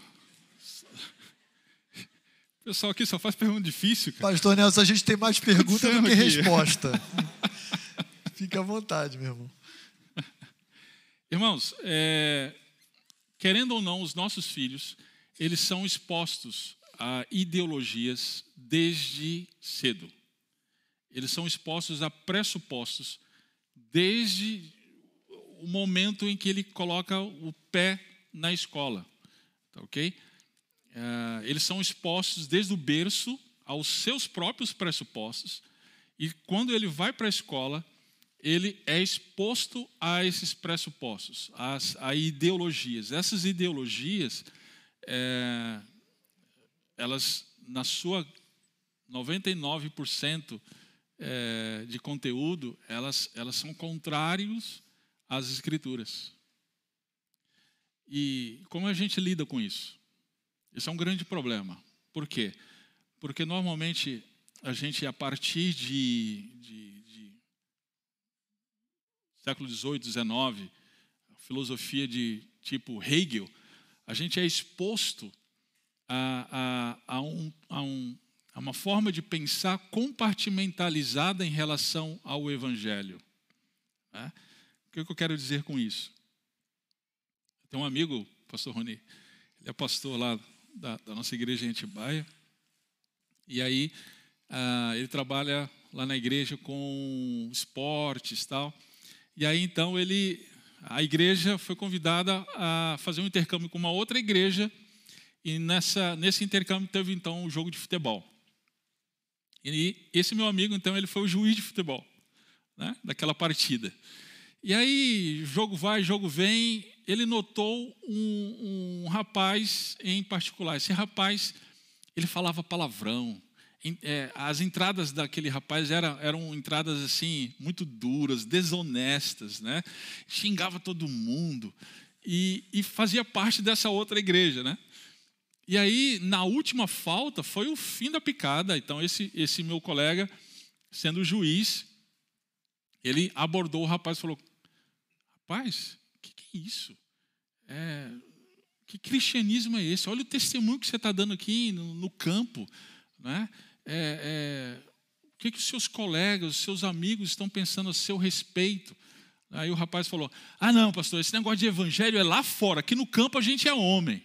O pessoal aqui só faz pergunta difícil, cara. Pastor Nelson, a gente tem mais pergunta do que aqui? resposta. Fica à vontade, meu irmão. Irmãos, é, querendo ou não, os nossos filhos, eles são expostos a ideologias desde cedo. Eles são expostos a pressupostos desde o momento em que ele coloca o pé na escola, tá ok? Uh, eles são expostos desde o berço aos seus próprios pressupostos, e quando ele vai para a escola, ele é exposto a esses pressupostos, às, a ideologias. Essas ideologias, é, elas, na sua noventa e nove por cento é, de conteúdo, elas, elas são contrários às Escrituras. E como a gente lida com isso? Isso é um grande problema. Por quê? Porque normalmente a gente, a partir de, de, de século dezoito, dezenove, filosofia de tipo Hegel, a gente é exposto a, a, a, um, a, um, a uma forma de pensar compartimentalizada em relação ao Evangelho. Né? O que eu quero dizer com isso? Tem um amigo, pastor Rony, ele é pastor lá da, da nossa igreja em Atibaia, e aí ah, ele trabalha lá na igreja com esportes e tal, e aí então ele, a igreja foi convidada a fazer um intercâmbio com uma outra igreja, e nessa, nesse intercâmbio teve então um jogo de futebol. E esse meu amigo então ele foi o juiz de futebol, né, daquela partida. E aí, jogo vai, jogo vem, ele notou um, um rapaz em particular. Esse rapaz, ele falava palavrão. As entradas daquele rapaz eram, eram entradas assim, muito duras, desonestas, né? Xingava todo mundo e, e fazia parte dessa outra igreja, né? E aí, na última falta, foi o fim da picada. Então, esse, esse meu colega, sendo juiz, ele abordou o rapaz e falou: rapaz, o que, que é isso? É, que cristianismo é esse? Olha o testemunho que você está dando aqui no, no campo. Né? É, é, o que, que os seus colegas, os seus amigos estão pensando a seu respeito? Aí o rapaz falou: ah, não, pastor, esse negócio de evangelho é lá fora, aqui no campo a gente é homem.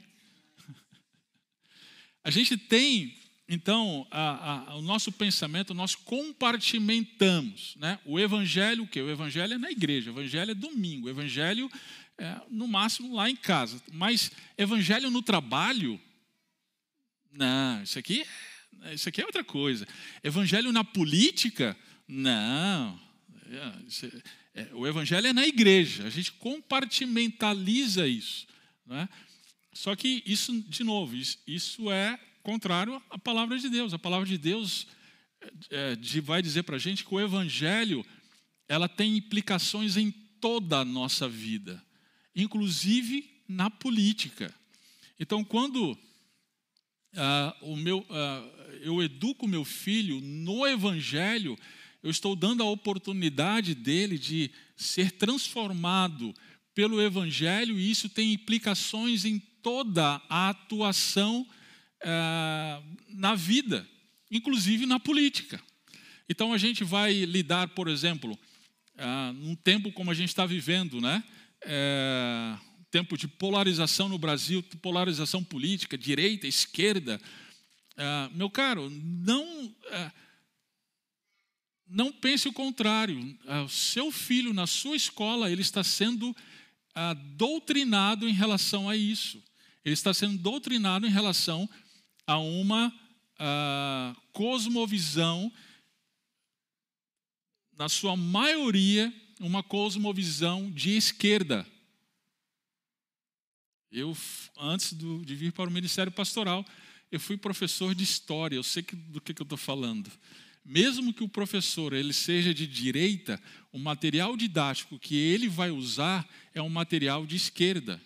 A gente tem, então, a, a, o nosso pensamento, nós compartimentamos. Né? O evangelho, o quê? O evangelho é na igreja, o evangelho é domingo, o evangelho é, no máximo, lá em casa. Mas evangelho no trabalho, não, isso aqui, isso aqui é outra coisa. Evangelho na política, não. É, é, o evangelho é na igreja, a gente compartimentaliza isso. Né? Só que isso, de novo, isso, isso é contrário à palavra de Deus. A palavra de Deus é, de, vai dizer para a gente que o evangelho ela tem implicações em toda a nossa vida, inclusive na política. Então, quando ah, o meu, ah, eu educo meu filho no evangelho, eu estou dando a oportunidade dele de ser transformado pelo evangelho, e isso tem implicações em toda a atuação ah, na vida, inclusive na política. Então a gente vai lidar, por exemplo, ah, num tempo como a gente está vivendo, né? É, tempo de polarização no Brasil, polarização política, direita, esquerda. Ah, meu caro, não, ah, não pense o contrário. Ah, o seu filho, na sua escola, ele está sendo ah, doutrinado em relação a isso. Ele está sendo doutrinado em relação a uma a, cosmovisão, na sua maioria, uma cosmovisão de esquerda. Eu, antes do, de vir para o ministério pastoral, eu fui professor de história, eu sei que, do que, que eu estou falando. Mesmo que o professor ele seja de direita, o material didático que ele vai usar é um material de esquerda.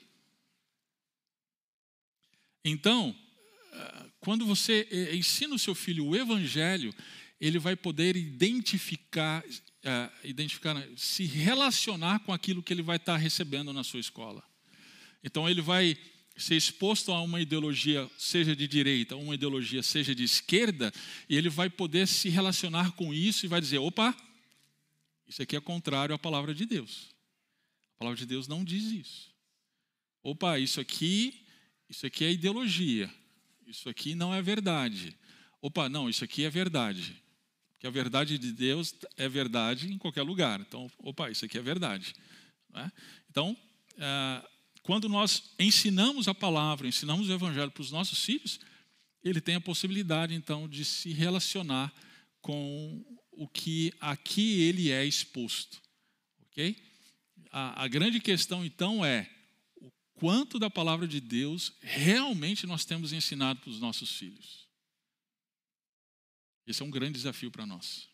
Então, quando você ensina o seu filho o evangelho, ele vai poder identificar, uh, identificar, se relacionar com aquilo que ele vai estar recebendo na sua escola. Então, ele vai ser exposto a uma ideologia, seja de direita, uma ideologia, seja de esquerda, e ele vai poder se relacionar com isso e vai dizer, opa, isso aqui é contrário à palavra de Deus. A palavra de Deus não diz isso. Opa, isso aqui, isso aqui é ideologia. Isso aqui não é verdade. Opa, não, isso aqui é verdade. Porque a verdade de Deus é verdade em qualquer lugar. Então, opa, isso aqui é verdade. Não é? Então, ah, quando nós ensinamos a palavra, ensinamos o evangelho para os nossos filhos, ele tem a possibilidade, então, de se relacionar com o que aqui ele é exposto. Ok? A, a grande questão, então, é o quanto da palavra de Deus realmente nós temos ensinado para os nossos filhos. Esse é um grande desafio para nós.